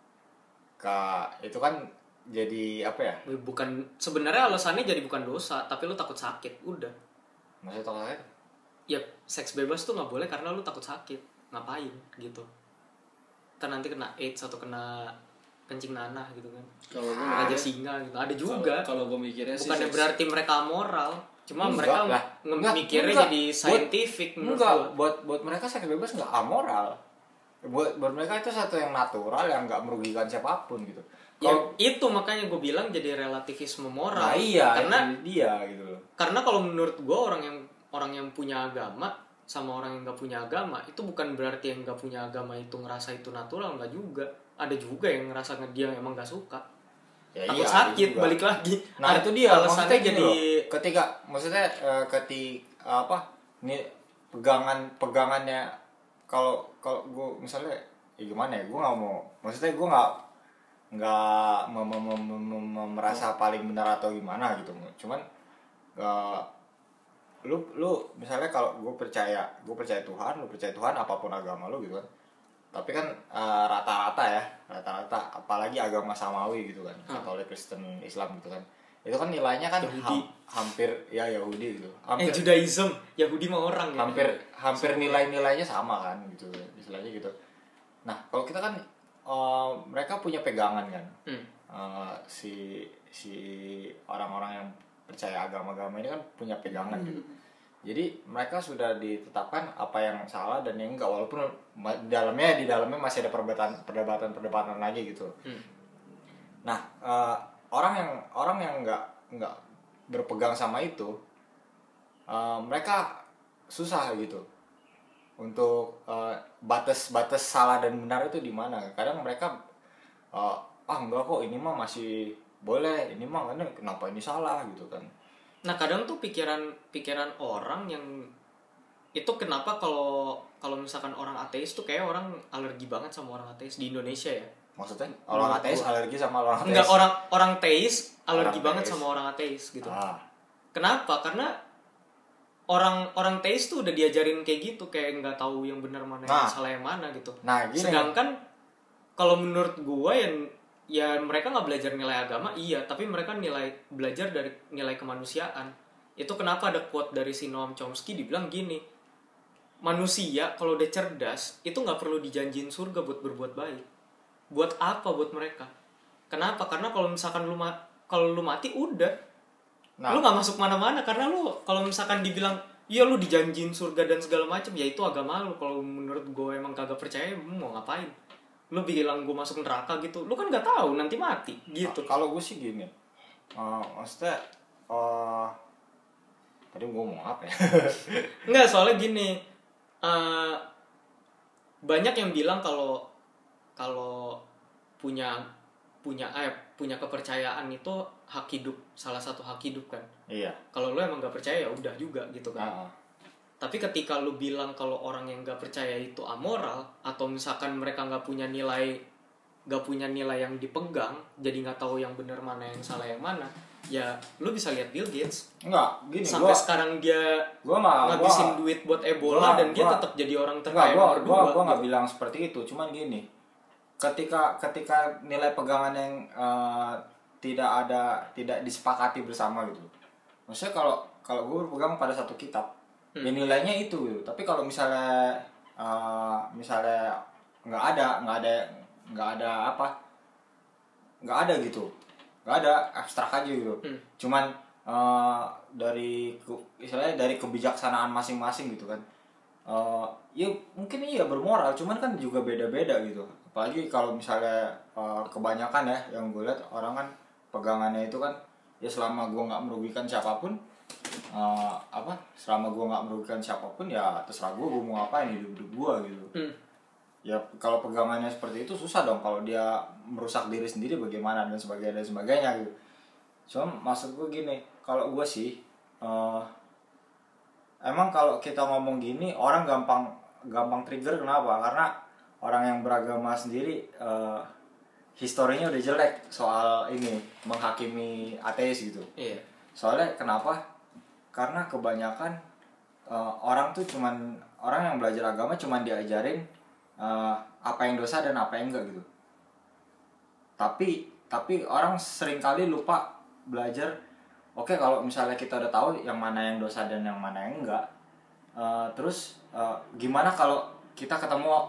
Speaker 1: kak itu kan jadi apa ya?
Speaker 2: Bukan sebenarnya alasannya jadi bukan dosa, tapi lu takut sakit, udah.
Speaker 1: Maksudnya tolaknya
Speaker 2: Ya seks bebas tuh nggak boleh karena lu takut sakit. Ngapain gitu. Ntar nanti kena AIDS atau kena kencing nanah gitu kan.
Speaker 3: Kalau gue
Speaker 2: Raja
Speaker 3: mikirnya-
Speaker 2: singa gitu. Ada juga.
Speaker 3: Kalau gue mikirnya sih
Speaker 2: Bukannya
Speaker 3: seks-
Speaker 2: berarti mereka moral. Cuma
Speaker 1: Enggak
Speaker 2: mereka
Speaker 1: lah.
Speaker 2: nge-
Speaker 1: Enggak,
Speaker 2: mikirnya
Speaker 1: enggak.
Speaker 2: jadi
Speaker 1: Buat-
Speaker 2: scientific menurut
Speaker 1: enggak,
Speaker 2: gua.
Speaker 1: buat buat mereka seks bebas nggak amoral. Buat buat mereka itu satu yang natural yang nggak merugikan siapapun gitu.
Speaker 2: Ya,
Speaker 1: Kalau
Speaker 2: itu makanya gue bilang jadi relativisme moral.
Speaker 1: nah iya,
Speaker 2: karena
Speaker 1: itu dia gitu loh.
Speaker 2: karena kalau menurut gue orang yang orang yang punya agama sama orang yang nggak punya agama itu bukan berarti yang nggak punya agama itu ngerasa itu natural, nggak juga. Ada juga yang ngerasa dia emang nggak suka.
Speaker 1: Ya,
Speaker 2: Takut
Speaker 1: iya,
Speaker 2: sakit
Speaker 1: juga.
Speaker 2: balik lagi.
Speaker 1: Nah
Speaker 2: Ada-
Speaker 1: itu dia
Speaker 2: alasannya
Speaker 1: maksudnya gini
Speaker 2: jadi
Speaker 1: loh, ketika maksudnya eh, ketika apa nih pegangan pegangannya kalau kalau gue misalnya ya gimana ya, gue nggak mau maksudnya gue nggak nggak mem- mem- mem- mem- mem- merasa paling benar atau gimana gitu, cuman eh, lu lu misalnya kalau gue percaya gue percaya Tuhan, lu percaya Tuhan apapun agama lu gitu kan, tapi kan eh, rata-rata ya rata-rata apalagi agama samawi gitu kan,
Speaker 2: Hmm.
Speaker 1: Katolik, Kristen, Islam gitu kan, itu kan nilainya kan
Speaker 2: Yahudi.
Speaker 1: ham- hampir ya Yahudi gitu,
Speaker 2: eh
Speaker 1: hampir
Speaker 2: Judaism, Yahudi mah orang ya.
Speaker 1: hampir hampir nilai-nilainya sama kan gitu istilahnya gitu. Nah kalau kita kan eh, mereka punya pegangan kan.
Speaker 2: Hmm.
Speaker 1: Eh, si si orang-orang yang percaya agama-agama ini kan punya pegangan gitu. Jadi mereka sudah ditetapkan apa yang salah dan yang enggak, walaupun ma- di dalamnya di dalamnya masih ada perdebatan perdebatan perdebatan lagi gitu.
Speaker 2: Hmm.
Speaker 1: Nah eh, orang yang orang yang enggak enggak berpegang sama itu, eh, mereka susah gitu untuk eh, batas-batas salah dan benar itu di mana. Kadang mereka eh, ah enggak kok ini mah masih boleh, ini mah ini kenapa ini salah gitu kan.
Speaker 2: Nah kadang tuh pikiran pikiran orang yang itu kenapa kalau kalau misalkan orang ateis tuh kayak orang alergi banget sama orang ateis di Indonesia ya.
Speaker 1: Maksudnya orang
Speaker 2: Menurut
Speaker 1: ateis
Speaker 2: gua.
Speaker 1: alergi sama orang ateis.
Speaker 2: Enggak, orang orang teis alergi
Speaker 1: Orang
Speaker 2: banget
Speaker 1: teis.
Speaker 2: sama orang ateis gitu.
Speaker 1: Ah,
Speaker 2: Kenapa? Karena orang orang teis tuh udah diajarin kayak gitu, kayak nggak tahu yang benar mana yang
Speaker 1: Nah.
Speaker 2: salah yang mana gitu.
Speaker 1: Nah, gini.
Speaker 2: Sedangkan kalau menurut gua yang ya mereka nggak belajar nilai agama, iya, tapi mereka nilai belajar dari nilai kemanusiaan. Itu kenapa ada quote dari si Noam Chomsky dibilang gini, manusia kalau udah cerdas itu nggak perlu dijanjiin surga buat berbuat baik. Buat apa buat mereka? Kenapa? Karena kalau misalkan lu ma- kalau lu mati udah.
Speaker 1: Nah.
Speaker 2: Lu nggak masuk mana-mana karena lu kalau misalkan dibilang iya lu dijanjiin surga dan segala macam, ya itu agama lu. Kalau menurut gue emang kagak percaya, mau ngapain? Lu bilang gue masuk neraka gitu, lu kan nggak tahu nanti mati gitu.
Speaker 1: Nah, kalau gue sih gini, uh, maksudnya uh, tadi gue ngomong apa ya?
Speaker 2: Nggak, soalnya gini, uh, banyak yang bilang kalau kalau punya punya eh punya kepercayaan itu hak hidup, salah satu hak hidup kan.
Speaker 1: Iya.
Speaker 2: Kalau lu emang nggak percaya ya udah juga gitu kan.
Speaker 1: Uh,
Speaker 2: Tapi ketika lu bilang kalau orang yang nggak percaya itu amoral, atau misalkan mereka nggak punya nilai nggak punya nilai yang dipegang, jadi nggak tahu yang benar mana yang salah yang mana, ya lu bisa lihat Bill Gates.
Speaker 1: enggak, gini
Speaker 2: Sampai
Speaker 1: gua,
Speaker 2: sekarang dia
Speaker 1: gua mah
Speaker 2: ngabisin
Speaker 1: gua,
Speaker 2: duit buat Ebola
Speaker 1: gua-
Speaker 2: dan dia
Speaker 1: gua-
Speaker 2: tetap jadi orang
Speaker 1: enggak,
Speaker 2: terkaya
Speaker 1: gua,
Speaker 2: nomor
Speaker 1: gua,
Speaker 2: dua.
Speaker 1: gua nggak bilang seperti itu, cuman gini, ketika ketika nilai pegangan yang uh, tidak ada tidak disepakati bersama gitu, maksudnya kalau kalau gue berpegang pada satu kitab, hmm. ya nilainya itu gitu. Tapi kalau misalnya uh, misalnya nggak ada nggak ada nggak ada apa nggak ada gitu, nggak ada, abstrak aja gitu. Hmm. Cuman uh, dari istilahnya dari kebijaksanaan masing-masing gitu kan. Uh, ya mungkin iya bermoral, cuman kan juga beda-beda gitu. Apalagi kalau misalnya uh, kebanyakan ya yang gue lihat orang kan pegangannya itu kan ya selama gue nggak merugikan siapapun, uh, apa selama gue nggak merugikan siapapun ya terserah gue gue mau ngapain hidup hidup gue gitu. Hmm. Ya kalau pegangannya seperti itu susah dong kalau dia merusak diri sendiri bagaimana dan sebagainya dan sebagainya gitu. Cuma maksud gue gini, kalau gue sih uh, emang kalau kita ngomong gini orang gampang gampang trigger, kenapa? Karena orang yang beragama sendiri uh, historinya udah jelek soal ini menghakimi ateis gitu.
Speaker 2: Iya.
Speaker 1: Soalnya kenapa? Karena kebanyakan uh, orang tuh cuman orang yang belajar agama cuman diajarin uh, apa yang dosa dan apa yang enggak gitu. Tapi tapi orang seringkali lupa belajar. Oke, kalau misalnya kita udah tahu yang mana yang dosa dan yang mana yang enggak, uh, terus uh, gimana kalau kita ketemu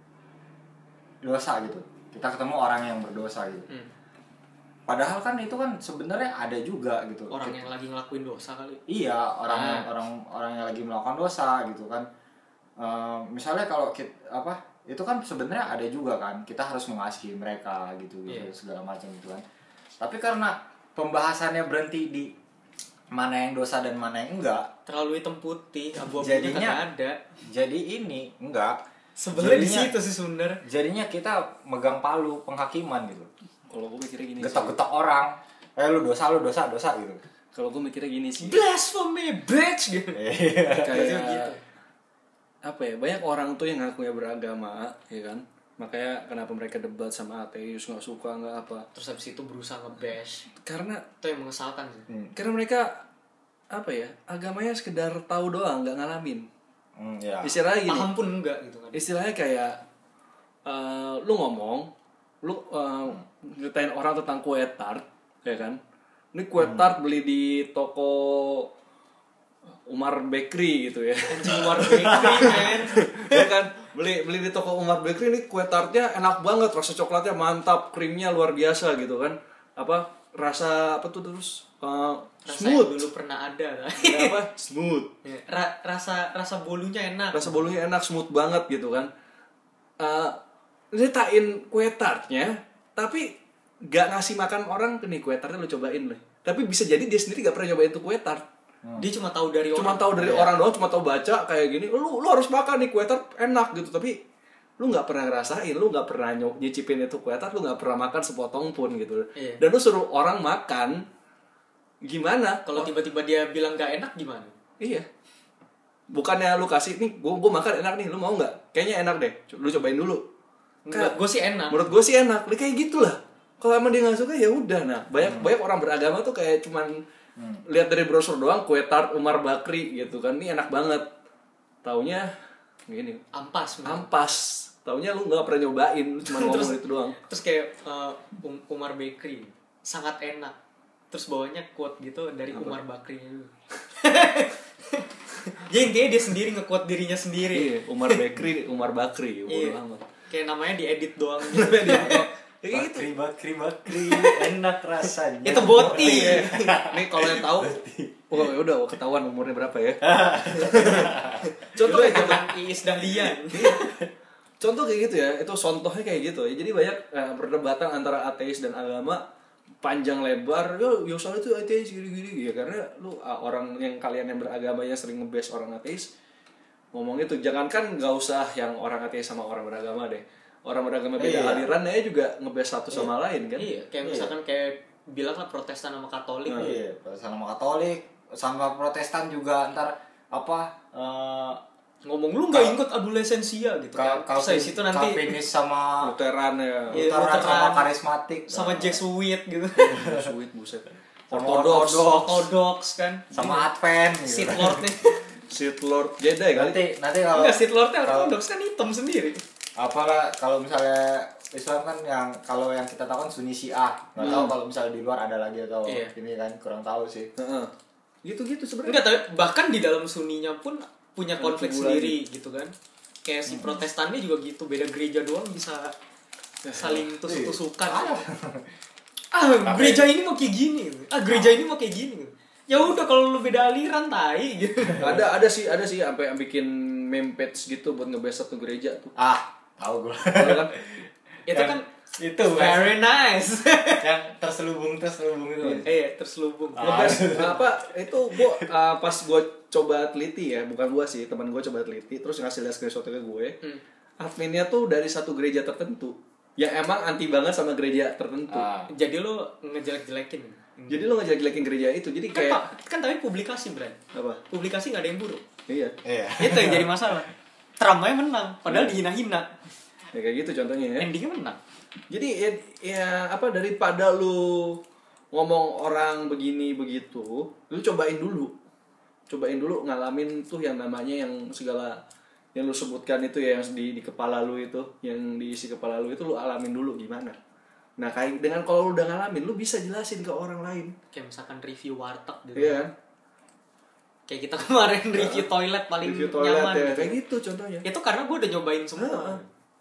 Speaker 1: dosa gitu? Kita ketemu orang yang berdosa gitu. Hmm. Padahal kan itu kan sebenarnya ada juga gitu.
Speaker 2: Orang
Speaker 1: kita,
Speaker 2: yang lagi ngelakuin dosa kali.
Speaker 1: Iya, orang
Speaker 2: ah.
Speaker 1: yang orang orang yang lagi melakukan dosa gitu kan. Uh, misalnya kalau kita apa? Itu kan sebenarnya ada juga kan. Kita harus mengasihi mereka gitu, gitu yeah. segala macam gitu kan. Tapi karena pembahasannya berhenti di mana yang dosa dan mana yang enggak,
Speaker 2: terlalu hitam putih, abu-abunya kagak ada.
Speaker 1: Jadi ini enggak.
Speaker 2: Sebenarnya di situ sih sebenarnya.
Speaker 1: Jadinya kita megang palu penghakiman gitu.
Speaker 3: Kalau gue mikirnya gini
Speaker 1: getok-getok orang, eh lu dosa lu dosa dosa gitu.
Speaker 3: Kalau gue mikirnya gini sih.
Speaker 2: Blasphemy bitch gitu.
Speaker 3: Kayak gitu. Apa ya? Banyak orang tuh yang ngakunya beragama, ya kan? Makanya kenapa mereka debat sama ateis, nggak suka nggak apa.
Speaker 2: Terus habis itu berusaha nge-bash.
Speaker 3: Karena
Speaker 2: itu yang mengesalkan sih.
Speaker 3: Hmm. Karena mereka apa ya? Agamanya sekedar tahu doang, nggak ngalamin.
Speaker 1: Hmm, ya.
Speaker 2: Istilahnya gini, paham pun enggak gitu kan.
Speaker 3: Istilahnya kayak uh, lu ngomong, lu uh, nyeritain orang tentang kue tart, ya kan? Ini kue hmm. tart beli di toko Umar Bakery gitu ya.
Speaker 2: Umar Bakery kan.
Speaker 3: Ya kan? Beli beli di toko Umar Bakery, ini kue tartnya enak banget, rasa coklatnya mantap, krimnya luar biasa gitu kan. Apa rasa apa tuh terus uh, smooth.
Speaker 2: Dulu pernah ada kan.
Speaker 3: Ya, apa? Smooth.
Speaker 2: Ra- rasa rasa bolunya enak.
Speaker 3: Rasa bolunya enak, smooth banget gitu kan. Uh, ceritain kue tartnya, tapi gak ngasih makan orang nih kue tartnya lu cobain loh. Tapi bisa jadi dia sendiri gak pernah nyobain tuh kue tart.
Speaker 2: Hmm. Dia cuma tahu dari
Speaker 3: cuma
Speaker 2: orang.
Speaker 3: tahu dari ya. orang doang, cuma tahu baca kayak gini. Lu lu harus makan nih kue tart enak gitu, tapi lu nggak pernah ngerasain, lu nggak pernah nyicipin itu kue tart, lu nggak pernah makan sepotong pun gitu. Iya. Dan lu suruh orang makan, gimana?
Speaker 2: Kalau oh. tiba-tiba dia bilang nggak enak gimana?
Speaker 3: Iya. Bukannya lu kasih nih, gua gua makan enak nih, lu mau nggak? Kayaknya enak deh, lu cobain dulu.
Speaker 2: Enggak, gue sih enak.
Speaker 3: Menurut gue sih enak, kayak gitulah. Kalau emang dia nggak suka ya udah. Nah banyak hmm. banyak orang beragama tuh kayak cuman
Speaker 1: Hmm.
Speaker 3: Lihat dari brosur doang kue tart Umar Bakri gitu kan, ini enak banget. Taunya gini,
Speaker 2: Ampas. bener.
Speaker 3: ampas. Taunya lu nggak pernah nyobain, lu cuma ngomong
Speaker 2: Terus-
Speaker 3: itu doang.
Speaker 2: Terus kayak uh, Um- Umar Bakery sangat enak. Terus bawahnya quote gitu dari Umar Bakri dulu. Ya intinya dia sendiri nge-quote dirinya sendiri.
Speaker 3: Iya, Umar Bakri, Umar Bakri, bodo
Speaker 2: Iya.
Speaker 3: amat.
Speaker 2: Kayak namanya diedit doang gitu.
Speaker 3: Kayak gitu.
Speaker 1: Bakri bakri bakri enak rasanya.
Speaker 2: Itu boti.
Speaker 3: Nih kalau yang tahu, oh ya udah ketahuan umurnya berapa ya.
Speaker 2: Contoh kayak zaman Iis Dahlian.
Speaker 3: Contoh kayak gitu ya, itu contohnya kayak gitu ya. Jadi banyak eh, perdebatan antara ateis dan agama panjang lebar. Yo, yo soalnya itu ateis gini-gini ya karena lu ah, orang yang kalian yang beragama yang sering nge-bash orang ateis ngomong itu. Jangankan nggak usah yang orang ateis sama orang beragama deh. Orang beragama beda
Speaker 1: Iya.
Speaker 3: aliran ya juga nge-bash satu sama lain kan.
Speaker 2: Iya, kayak misalkan kayak bilang lah Protestan sama Katolik.
Speaker 1: Iya, sama Katolik, sama Protestan juga ntar apa eh,
Speaker 2: Ngomong lu nggak ikut adolescensia gitu
Speaker 1: Ka-
Speaker 2: kan. Terus dari situ nanti
Speaker 1: Calvinis sama
Speaker 3: Lutheran ya.
Speaker 2: Iya,
Speaker 1: Lutheran sama
Speaker 2: Lutheran.
Speaker 1: karismatik
Speaker 2: sama Jesuit gitu.
Speaker 3: Sweet buset.
Speaker 1: Sama
Speaker 3: Ortodoks,
Speaker 1: Ortodoks.
Speaker 2: Ortodox kan.
Speaker 1: sama Advent
Speaker 2: Sith
Speaker 1: gitu.
Speaker 2: Lord-nya.
Speaker 3: Sith Lord Jedi kali.
Speaker 1: nanti nanti kalau
Speaker 2: Enggak, Sith Lord-nya
Speaker 1: kalau-
Speaker 2: Ortodox kan hitam sendiri.
Speaker 1: apalah kalau misalnya Islam kan yang kalau yang kita tahu kan Sunni Syiah, nggak tahu kalau misalnya di luar ada lagi atau
Speaker 2: Iya.
Speaker 1: ini kan kurang tahu sih.
Speaker 3: Heeh. Gitu-gitu sebenarnya.
Speaker 2: Enggak, tapi bahkan di dalam Sunninya pun punya
Speaker 3: Ada
Speaker 2: konflik
Speaker 3: kubu
Speaker 2: sendiri gitu kan. Kayak si Protestannya juga gitu, beda gereja doang bisa saling tusuk-tusukan.
Speaker 1: Ada.
Speaker 2: Ah, gereja ini mau kayak gini. Ah, gereja ini mau kayak gini. Ya udah kalau lu beda aliran tai gitu.
Speaker 3: ada ada sih ada sih sampai bikin meme page gitu buat ngebahas satu gereja tuh.
Speaker 1: Ah, tahu gue.
Speaker 3: Tahu kan?
Speaker 2: Itu
Speaker 1: Yang
Speaker 2: kan
Speaker 1: itu
Speaker 2: very nice.
Speaker 1: yang terselubung terselubung itu.
Speaker 2: Eh, terselubung.
Speaker 3: Ngebahas apa itu gua uh, pas gua coba teliti ya, bukan gua sih, teman gua coba teliti terus ngasih lihat screenshotnya ke gue.
Speaker 2: Hmm.
Speaker 3: Adminnya tuh dari satu gereja tertentu yang emang anti banget sama gereja tertentu.
Speaker 1: Ah,
Speaker 2: Jadi lu ngejelek-jelekin.
Speaker 3: Jadi lo ngejelek-jelekin gereja itu. Jadi
Speaker 2: Kan,
Speaker 3: kayak
Speaker 2: Pak, kan tapi publikasi, Bray.
Speaker 3: apa?
Speaker 2: Publikasi nggak ada yang buruk.
Speaker 3: Iya.
Speaker 1: iya.
Speaker 2: Itu yang jadi masalah. Trump aja menang, padahal dihina-hina.
Speaker 3: Ya kayak gitu contohnya ya.
Speaker 2: Endingnya menang.
Speaker 3: Jadi ya, ya apa daripada lu ngomong orang begini begitu, lu cobain dulu. Cobain dulu ngalamin tuh yang namanya yang segala yang lu sebutkan itu ya yang di, di kepala lu itu, yang diisi kepala lu itu lu alamin dulu gimana. Nah, kayak dengan kalau lu udah ngalamin, lu bisa jelasin ke orang lain.
Speaker 2: Kayak misalkan review warteg gitu.
Speaker 3: Iya kan?
Speaker 2: Kayak kita kemarin review toilet paling
Speaker 3: Review toilet
Speaker 2: nyaman.
Speaker 3: ya,
Speaker 2: gitu.
Speaker 3: kayak gitu contohnya.
Speaker 2: Itu karena gue udah nyobain semua.
Speaker 3: Heeh.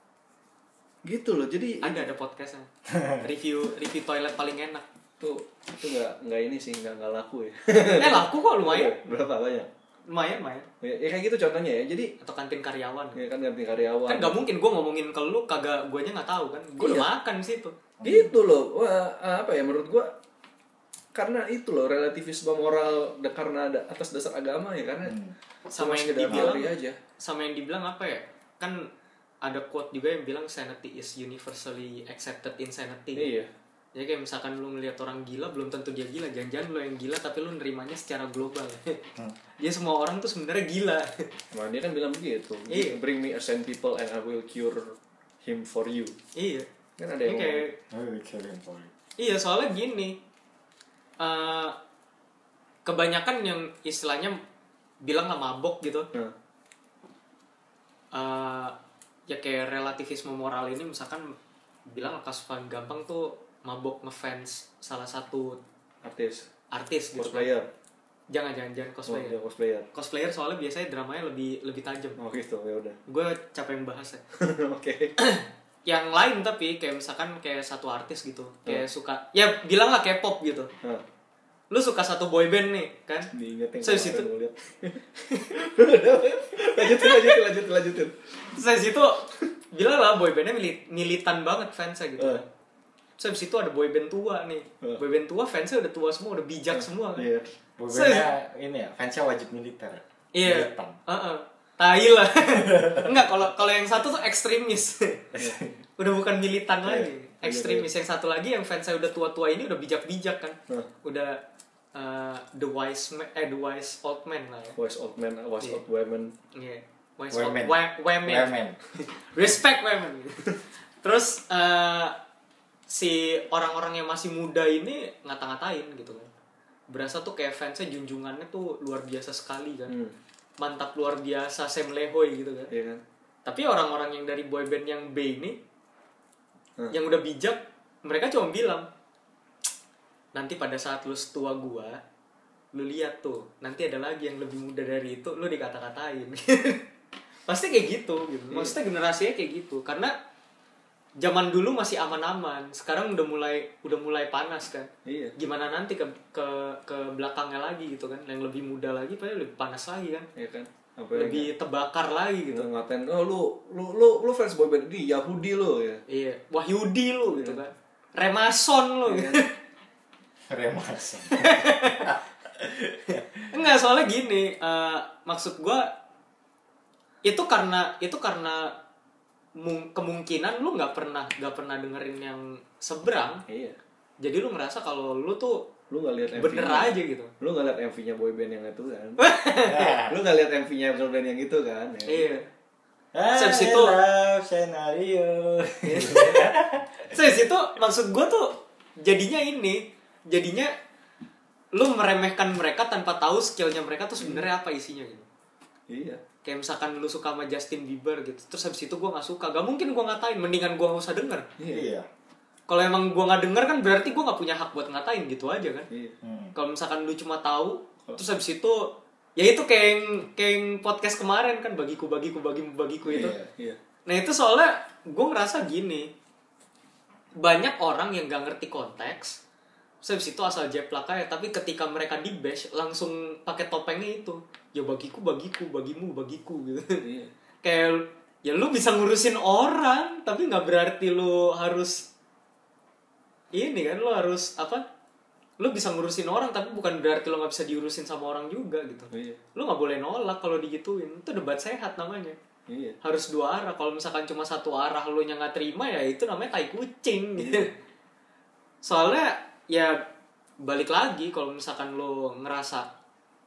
Speaker 3: Gitu loh. Jadi
Speaker 2: Ada ada podcastnya. Review review toilet paling enak.
Speaker 3: tuh itu nggak nggak ini sih nggak nggak laku ya.
Speaker 2: Eh laku kok lumayan.
Speaker 3: Berapa banyak?
Speaker 2: Lumayan, lumayan.
Speaker 3: Ya, ya kayak gitu contohnya ya. Jadi
Speaker 2: Atau kantin karyawan.
Speaker 3: ya kan ganti karyawan.
Speaker 2: Kan gak mungkin gue ngomongin ke lu kagak gue aja nggak tahu kan. Gue udah
Speaker 3: Iya.
Speaker 2: makan di situ.
Speaker 3: Gitu loh. Wah, apa ya menurut gua karena itu loh relativisme moral da- karena ada atas dasar agama ya karena
Speaker 2: Sama
Speaker 3: cuma
Speaker 2: yang
Speaker 3: sekedar
Speaker 2: dibilang
Speaker 3: teori aja.
Speaker 2: sama yang dibilang apa ya? Kan ada quote juga yang bilang sanity is universally accepted insanity.
Speaker 3: Iya.
Speaker 2: Jadi kayak misalkan lu ngelihat orang gila belum tentu dia gila, jangan-jangan lu yang gila tapi lu nerimanya secara global. Dia semua orang tuh sebenarnya gila.
Speaker 3: Nah, dia kan bilang begitu.
Speaker 2: Iya.
Speaker 3: Bring me a sane people and I will cure him for you.
Speaker 2: Iya.
Speaker 3: Kan ada
Speaker 2: Ini
Speaker 3: yang
Speaker 2: kayak
Speaker 1: Oh, keren poli.
Speaker 2: iya soalnya gini. eh kebanyakan yang istilahnya bilang lah mabok gitu.
Speaker 3: Nah,
Speaker 2: eh ya kayak relativisme moral ini misalkan bilang lah kasus paling gampang tuh mabok ngefans salah satu
Speaker 3: artis,
Speaker 2: artis gitu.
Speaker 3: cosplayer.
Speaker 2: Jangan jangan jangan cosplayer.
Speaker 3: Oh, dia cosplayer.
Speaker 2: Cosplayer soalnya biasanya dramanya lebih lebih tajam.
Speaker 3: Oh gitu, ya udah.
Speaker 2: Gue capek membahasnya.
Speaker 3: Oke.
Speaker 2: Yang lain tapi kayak misalkan kayak satu artis gitu, kayak suka ya bilang lah K-pop gitu.
Speaker 3: Nah,
Speaker 2: Lu suka satu boyband nih kan?
Speaker 3: diingetin
Speaker 2: Saya
Speaker 3: kemarin
Speaker 2: situ.
Speaker 3: gua liat. lanjutin, lanjutin, lanjutin, lanjutin.
Speaker 2: Terus dari situ bilang lah boybandnya mili- militan banget fansnya gitu.
Speaker 3: Uh.
Speaker 2: Terus habis itu ada boyband tua nih.
Speaker 3: Uh.
Speaker 2: Boyband tua fansnya udah tua semua, udah bijak semua kan.
Speaker 3: Iya.
Speaker 1: Boybandnya ini ya, fansnya wajib militer.
Speaker 2: Iya.
Speaker 1: Militan.
Speaker 2: Heeh. Tai lah. Enggak, kalau kalau yang satu tuh ekstremis. Udah bukan militan lagi. Ekstremis. Yang satu lagi yang fansnya udah tua-tua ini udah bijak-bijak kan.
Speaker 3: Uh.
Speaker 2: Udah uh, the wise man, eh the wise old man lah ya.
Speaker 3: Wise old man, wise
Speaker 2: Iya.
Speaker 3: old women.
Speaker 2: Iya. Wise
Speaker 1: Women.
Speaker 2: old wa- women.
Speaker 1: Women.
Speaker 2: Respect women. Terus uh, si orang-orang yang masih muda ini ngata-ngatain gitu kan. berasa tuh kayak fansnya junjungannya tuh luar biasa sekali kan.
Speaker 3: Hmm.
Speaker 2: Mantap luar biasa Sam Lehoy gitu kan.
Speaker 3: Iya kan.
Speaker 2: Tapi orang-orang yang dari boyband yang B ini
Speaker 3: Hmm.
Speaker 2: yang udah bijak, mereka cuma bilang nanti pada saat lu setua gua, lu lihat tuh nanti ada lagi yang lebih muda dari itu, lu dikata-katain. Pasti kayak gitu gitu. Maksudnya generasinya kayak gitu. Karena zaman dulu masih aman-aman, sekarang udah mulai udah mulai panas kan.
Speaker 3: Iya.
Speaker 2: Gimana nanti ke ke ke belakangnya lagi gitu kan, yang lebih muda lagi pasti lebih panas lagi kan.
Speaker 3: Iya kan. Apa yang
Speaker 2: Lebih terbakar lagi gitu.
Speaker 3: gitu ngatain, oh lu lu lu lu fans boyband ini Yahudi lo ya.
Speaker 2: Iya, Wahyudi lu gitu kan. Remason lu gitu.
Speaker 1: Remas.
Speaker 2: Enggak, soalnya gini, uh, maksud gua itu karena itu karena mung, kemungkinan lu nggak pernah nggak pernah dengerin yang seberang.
Speaker 3: Iya.
Speaker 2: Jadi lu ngerasa kalau lu tuh
Speaker 3: Lu nggak lihat M V-nya.
Speaker 2: bener aja gitu.
Speaker 3: Lu nggak lihat M V-nya boyband yang itu kan. Lu nggak lihat M V-nya boyband yang itu kan. Ya.
Speaker 2: Iya.
Speaker 1: I
Speaker 2: Sampai situ
Speaker 1: love scenario.
Speaker 2: Sampai situ maksud gua tuh jadinya ini, jadinya lu meremehkan mereka tanpa tahu skillnya mereka tuh sebenarnya apa isinya gitu.
Speaker 3: Iya.
Speaker 2: Kayak misalkan lu suka sama Justin Bieber gitu, terus habis itu gue nggak suka, gak mungkin gue ngatain, mendingan gue nggak usah denger.
Speaker 1: Iya.
Speaker 2: Kalau emang gue nggak denger kan berarti gue nggak punya hak buat ngatain gitu aja kan.
Speaker 3: Iya.
Speaker 1: Hmm.
Speaker 2: Kalau misalkan lu cuma tahu, terus habis itu ya itu kayak yang, kayak yang podcast kemarin kan, bagiku bagiku bagimu bagiku itu.
Speaker 3: Iya. Iya.
Speaker 2: Nah itu soalnya gue ngerasa gini, banyak orang yang gak ngerti konteks, terus habis itu asal jeplak aja, tapi ketika mereka di bash langsung pakai topengnya itu, ya bagiku bagiku bagimu bagiku gitu.
Speaker 3: Iya.
Speaker 2: Kayak ya lu bisa ngurusin orang tapi nggak berarti lu harus ini kan, lu harus apa, lu bisa ngurusin orang tapi bukan berarti lu nggak bisa diurusin sama orang juga gitu.
Speaker 3: Iya.
Speaker 2: Lu nggak boleh nolak kalau digituin, itu debat sehat namanya.
Speaker 3: Iya.
Speaker 2: Harus dua arah. Kalau misalkan cuma satu arah lu yang nggak terima, ya itu namanya tai kucing gitu. Soalnya ya balik lagi, kalau misalkan lu ngerasa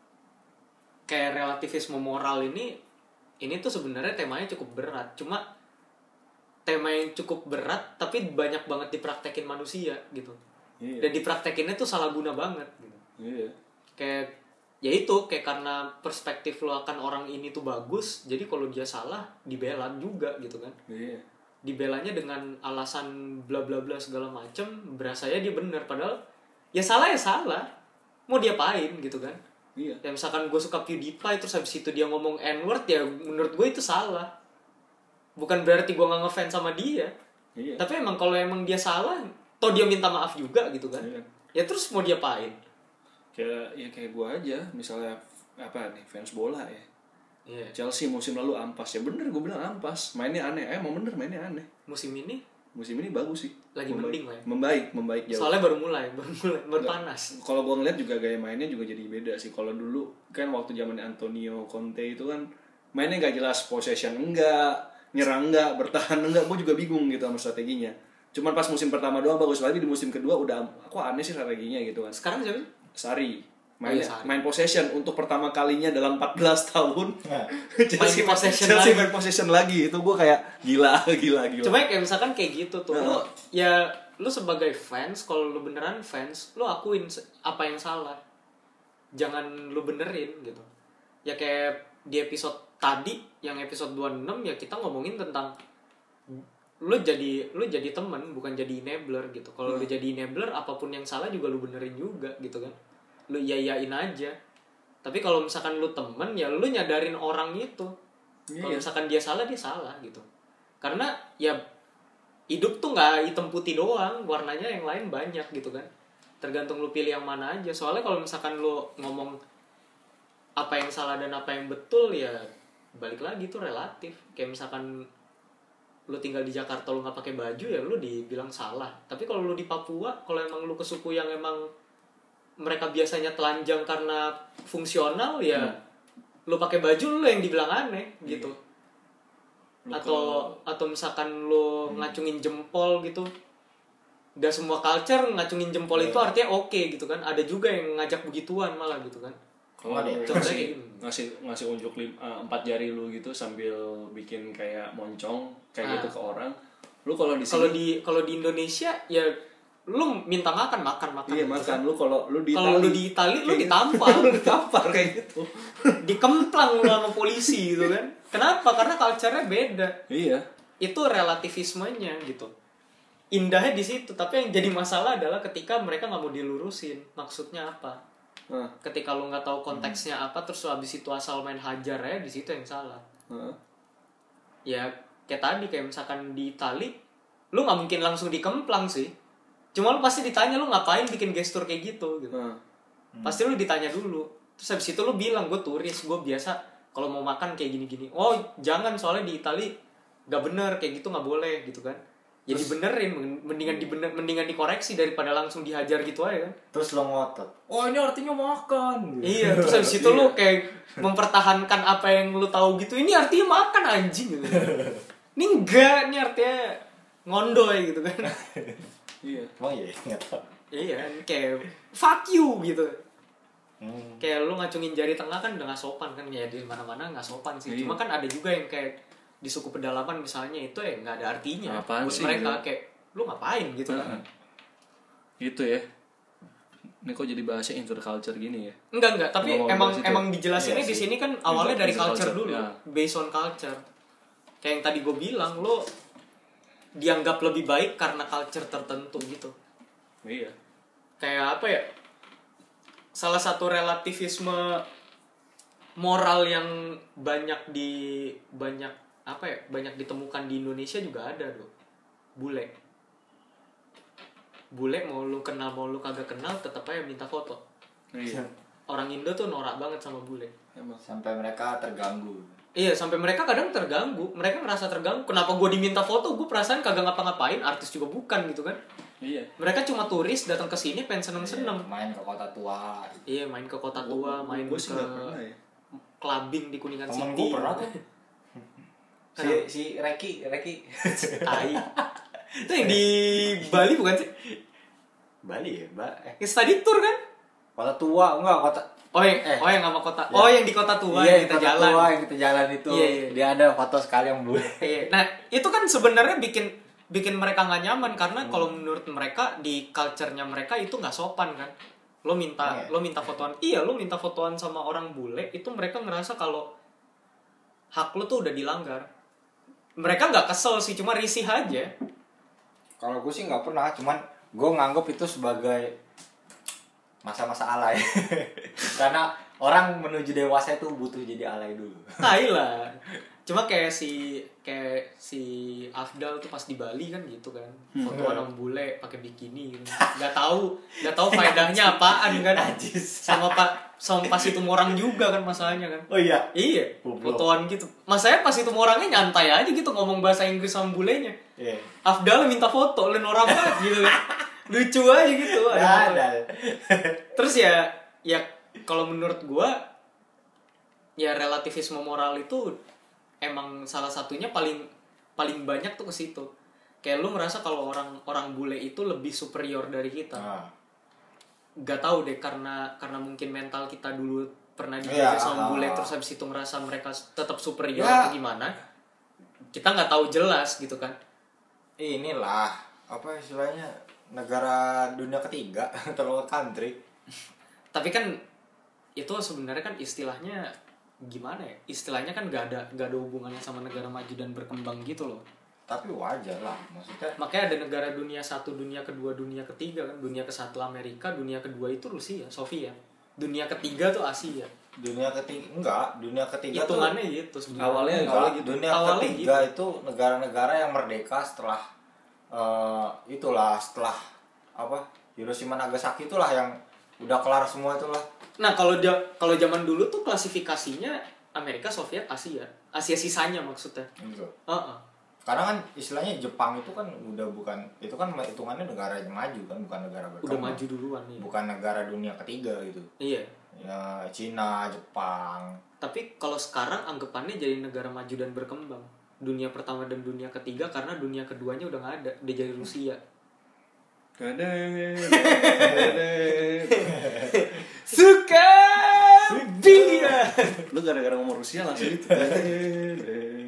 Speaker 2: kayak relativisme moral ini ini tuh sebenarnya temanya cukup berat, cuma tema yang cukup berat tapi banyak banget dipraktekin manusia gitu.
Speaker 3: Iya.
Speaker 2: Dan dipraktekinnya tuh salah guna banget gitu.
Speaker 3: Iya.
Speaker 2: Kayak ya itu kayak karena perspektif lo akan orang ini tuh bagus, jadi kalau dia salah dibela juga gitu kan.
Speaker 3: Iya.
Speaker 2: Dibelanya dengan alasan bla bla bla segala macem, berasanya dia bener, padahal ya salah ya salah, mau diapain gitu kan.
Speaker 3: Iya.
Speaker 2: Ya misalkan gue suka PewDiePie terus habis itu dia ngomong N-word, ya menurut gue itu salah. Bukan berarti gue gak ngefans sama dia.
Speaker 3: Iya.
Speaker 2: Tapi emang kalau emang dia salah, toh dia minta maaf juga gitu kan.
Speaker 3: Iya.
Speaker 2: Ya terus mau diapain?
Speaker 3: Kayak ya kayak gua aja, misalnya apa nih fans bola ya.
Speaker 2: Iya.
Speaker 3: Chelsea musim lalu ampas, ya bener gue bilang ampas, mainnya aneh, eh emang bener mainnya aneh.
Speaker 2: Musim ini
Speaker 3: Musim ini bagus sih.
Speaker 2: lagi
Speaker 3: membaik.
Speaker 2: mending lah ya.
Speaker 3: Membaik, membaik jauh.
Speaker 2: Soalnya baru mulai, baru mulai, baru panas.
Speaker 3: Kalau gue ngeliat juga gaya mainnya juga jadi beda sih. Kalau dulu kan waktu zaman Antonio Conte itu kan mainnya nggak jelas, possession enggak, nyerang enggak, bertahan enggak. Gue juga bingung gitu sama strateginya. Cuman pas musim pertama doang bagus, lagi di musim kedua udah kok aneh sih strateginya gitu kan.
Speaker 2: Sekarang siapa sih?
Speaker 3: Sari main,
Speaker 2: Oh, iya, Sari.
Speaker 3: main possession untuk pertama kalinya dalam empat belas tahun. Chelsea
Speaker 2: Main possession
Speaker 3: Chelsea
Speaker 2: lagi.
Speaker 3: main possession lagi. Itu gue kayak gila, gila, gila.
Speaker 2: Coba kayak misalkan kayak gitu tuh. Lu,
Speaker 3: Nah.
Speaker 2: ya lu sebagai fans, kalau lu beneran fans, lu akuin se- apa yang salah. Jangan lu benerin gitu. Ya kayak di episode tadi, yang episode dua puluh enam, ya kita ngomongin tentang lu jadi lu jadi temen, bukan jadi enabler gitu. Kalau
Speaker 3: Hmm.
Speaker 2: lu jadi enabler, apapun yang salah juga lu benerin juga gitu kan. Lu iya-iyain aja. Tapi kalau misalkan lu temen, ya lu nyadarin orang itu. Kalau
Speaker 3: Iya.
Speaker 2: misalkan dia salah, dia salah gitu. Karena ya hidup tuh nggak hitam putih doang, warnanya yang lain banyak gitu kan. Tergantung lu pilih yang mana aja. Soalnya kalau misalkan lu ngomong apa yang salah dan apa yang betul, ya balik lagi tuh relatif. Kayak misalkan lu tinggal di Jakarta lu nggak pakai baju, ya lu dibilang salah. Tapi kalau lu di Papua, kalau emang lu ke suku yang emang mereka biasanya telanjang karena fungsional, ya
Speaker 3: Hmm.
Speaker 2: lu pakai baju lu yang dibilang aneh gitu.
Speaker 3: Lu
Speaker 2: Atau atau misalkan lu ngacungin jempol gitu. Gak semua culture ngacungin jempol itu artinya oke gitu kan. Ada juga yang ngajak begituan malah gitu kan.
Speaker 3: Kalau
Speaker 1: Ada ya?
Speaker 3: lu
Speaker 2: Contohnya
Speaker 3: ngasih,
Speaker 2: kayak gini.
Speaker 3: ngasih ngasih unjuk lim, uh, empat jari lu gitu sambil bikin kayak moncong kayak
Speaker 2: Ah.
Speaker 3: gitu ke orang, lu kalau di
Speaker 2: Kalau
Speaker 3: sini
Speaker 2: di kalau di Indonesia ya lu minta makan makan makan
Speaker 3: Iya
Speaker 2: gitu
Speaker 3: makan
Speaker 2: kan.
Speaker 3: lu kalau lu di
Speaker 2: Kalau lu di Itali lu ditampar.
Speaker 3: lu ditampar kayak gitu.
Speaker 2: Dikemplang lu sama polisi gitu kan. Kenapa? Karena culture-nya beda.
Speaker 3: Iya.
Speaker 2: Itu relativismenya gitu. Indahnya di situ, tapi yang jadi masalah adalah ketika mereka nggak mau dilurusin. Maksudnya apa?
Speaker 3: Nah,
Speaker 2: Ketika lu nggak tahu konteksnya apa, terus lu habis itu asal main hajar ya, di situ yang salah.
Speaker 3: nah.
Speaker 2: Ya kayak tadi, kayak misalkan di Itali, lu nggak mungkin langsung dikemplang sih. Cuma lu pasti ditanya lu ngapain bikin gestur kayak gitu gitu.
Speaker 3: Nah.
Speaker 2: Pasti lu ditanya dulu. Terus habis itu lu bilang gue turis, gue biasa kalau mau makan kayak gini-gini. Oh jangan, soalnya di Itali nggak bener kayak gitu, nggak boleh gitu kan. Ya dibenerin, mendingan dibener, mendingan dikoreksi daripada langsung dihajar gitu aja kan.
Speaker 1: Terus lo ngotot, oh ini artinya makan.
Speaker 2: Iya, terus habis itu lu kayak mempertahankan apa yang lu tahu gitu. Ini artinya makan anjing gitu. Ini enggak, ini artinya ngondoy gitu kan.
Speaker 3: Iya.
Speaker 1: Emang iya, nggak tahu.
Speaker 2: Iya, kayak fuck you gitu.
Speaker 1: Hmm.
Speaker 2: Kayak lu ngacungin jari tengah kan udah gak sopan kan. Ya di mana-mana gak sopan sih.
Speaker 3: Iya.
Speaker 2: Cuma kan ada juga yang kayak di suku pedalaman misalnya, itu ya nggak ada artinya.
Speaker 3: Apaan
Speaker 2: Buat
Speaker 3: sih
Speaker 2: mereka
Speaker 3: gitu?
Speaker 2: kayak lu ngapain gitu kan.
Speaker 3: Nah. Gitu ya. Ini kok jadi bahasnya interculture gini ya?
Speaker 2: Enggak enggak, tapi
Speaker 3: Ngomong
Speaker 2: emang
Speaker 3: bahas itu.
Speaker 2: emang dijelasinnya
Speaker 1: Iya
Speaker 2: di
Speaker 1: sih.
Speaker 2: sini kan awalnya dari
Speaker 3: Culture,
Speaker 2: culture dulu,
Speaker 3: ya.
Speaker 2: based on culture. Kayak yang tadi gue bilang, lo dianggap lebih baik karena culture tertentu gitu.
Speaker 3: Iya.
Speaker 2: Kayak apa ya? Salah satu relativisme moral yang banyak di banyak apa ya? Banyak ditemukan di Indonesia juga ada tuh. Bule. Bule mau lu kenal mau lu kagak kenal tetap aja minta foto.
Speaker 3: Iya.
Speaker 2: Orang Indo tuh norak banget sama bule.
Speaker 3: Emang.
Speaker 1: Sampai mereka terganggu.
Speaker 2: Iya, sampai mereka kadang terganggu. Mereka ngerasa terganggu. Kenapa gue diminta foto? Gue perasaan kagak ngapa-ngapain. Artis juga bukan gitu kan.
Speaker 3: Iya.
Speaker 2: Mereka cuma turis datang ke sini pengen seneng-seneng.
Speaker 1: Iya, main ke kota tua.
Speaker 2: Iya, main ke kota tua, main
Speaker 3: Gue
Speaker 2: ke
Speaker 3: sih nggak pernah ya.
Speaker 2: clubbing di Kuningan
Speaker 1: Temen
Speaker 2: City.
Speaker 1: gue pernah tuh. si si Reki Reki.
Speaker 2: Tai. Itu yang di Bali bukan sih?
Speaker 1: Bali ya, Mbak. Eh,
Speaker 2: Yang study tour kan?
Speaker 1: kota tua enggak kota.
Speaker 2: Oh yang,
Speaker 1: Eh.
Speaker 2: oh yang sama kota.
Speaker 1: Ya.
Speaker 2: Oh yang di kota tua
Speaker 1: Iya,
Speaker 2: yang kita
Speaker 1: kota
Speaker 2: jalan.
Speaker 1: tua yang kita jalan itu.
Speaker 2: Iya, iya.
Speaker 1: Dia ada foto sekali yang bule.
Speaker 2: Iya. Nah, itu kan sebenarnya bikin bikin mereka nggak nyaman karena
Speaker 1: Hmm.
Speaker 2: kalau menurut mereka di culture-nya mereka itu nggak sopan kan. Lo minta
Speaker 1: Iya.
Speaker 2: lo minta fotoan. Iya, lo minta fotoan sama orang bule, itu mereka ngerasa kalau hak lo tuh udah dilanggar. Mereka nggak kesel sih, cuma risih aja.
Speaker 1: Kalau gue sih nggak pernah, cuman gue nganggap itu sebagai masa-masa alay. Karena orang menuju dewasa itu butuh jadi alay dulu.
Speaker 2: Tai lah. Cuma kayak si kayak si Afdal tuh pas di Bali kan gitu kan. Foto orang bule pakai bikini gitu. Enggak tahu, enggak tahu faedahnya apaan kan.
Speaker 1: Najis.
Speaker 2: Sama Pak sama pas itu orang juga kan masalahnya kan.
Speaker 1: Oh iya.
Speaker 2: Iya,
Speaker 1: Goblok.
Speaker 2: fotoan gitu. Masanya pas itu orangnya nyantai aja gitu ngomong bahasa Inggris sama bulenya.
Speaker 1: Iya.
Speaker 2: Afdal minta foto, lu norak banget gitu kan. Lucu aja gitu. Ada foto.
Speaker 1: Ada.
Speaker 2: Terus ya ya kalau menurut gua ya relativisme moral itu emang salah satunya paling paling banyak tuh ke situ. Kayak lu merasa kalau orang orang bule itu lebih superior dari kita.
Speaker 1: Nah.
Speaker 2: Gak tahu deh karena karena mungkin mental kita dulu pernah
Speaker 1: Iya,
Speaker 2: dijajah sama
Speaker 1: ah.
Speaker 2: bule terus habis itu ngerasa mereka tetap superior
Speaker 1: Ya.
Speaker 2: atau gimana. Kita nggak tahu jelas gitu kan.
Speaker 1: Inilah apa istilahnya negara dunia ketiga, third country.
Speaker 2: Tapi kan itu sebenarnya kan istilahnya gimana ya? Istilahnya kan gak ada gak ada hubungannya sama negara maju dan berkembang gitu loh.
Speaker 1: Tapi wajar lah, maksudnya.
Speaker 2: Makanya ada negara dunia satu, dunia kedua, dunia ketiga kan. Dunia ke satu Amerika, dunia kedua itu Rusia, Soviet. Dunia ketiga tuh Asia.
Speaker 1: Dunia ketiga enggak, dunia ketiga tuh
Speaker 2: Hitungannya gitu sebenarnya.
Speaker 3: Awalnya
Speaker 1: enggak,
Speaker 3: awalnya gitu.
Speaker 1: dunia
Speaker 2: Awalnya
Speaker 1: ketiga itu negara-negara yang merdeka setelah eh, itulah setelah apa Hiroshima Nagasaki itulah yang udah kelar semua itulah.
Speaker 2: Nah, kalau dia kalau zaman dulu tuh klasifikasinya Amerika, Soviet, Asia. Asia sisanya maksudnya.
Speaker 1: Gitu.
Speaker 2: Heeh.
Speaker 1: Karena kan istilahnya Jepang itu kan udah bukan itu kan hitungannya negara yang maju kan, bukan negara berkembang.
Speaker 2: Udah maju duluan nih.
Speaker 1: Bukan negara dunia ketiga gitu.
Speaker 2: Iya.
Speaker 1: Ya Cina, Jepang.
Speaker 2: Tapi kalau sekarang anggapannya jadi negara maju dan berkembang. Dunia pertama dan dunia ketiga karena dunia keduanya udah nggak ada, udah jadi Rusia.
Speaker 3: Kadang, kadang.
Speaker 2: Suka dia.
Speaker 3: Lu gara-gara ngomong Rusia langsung gitu.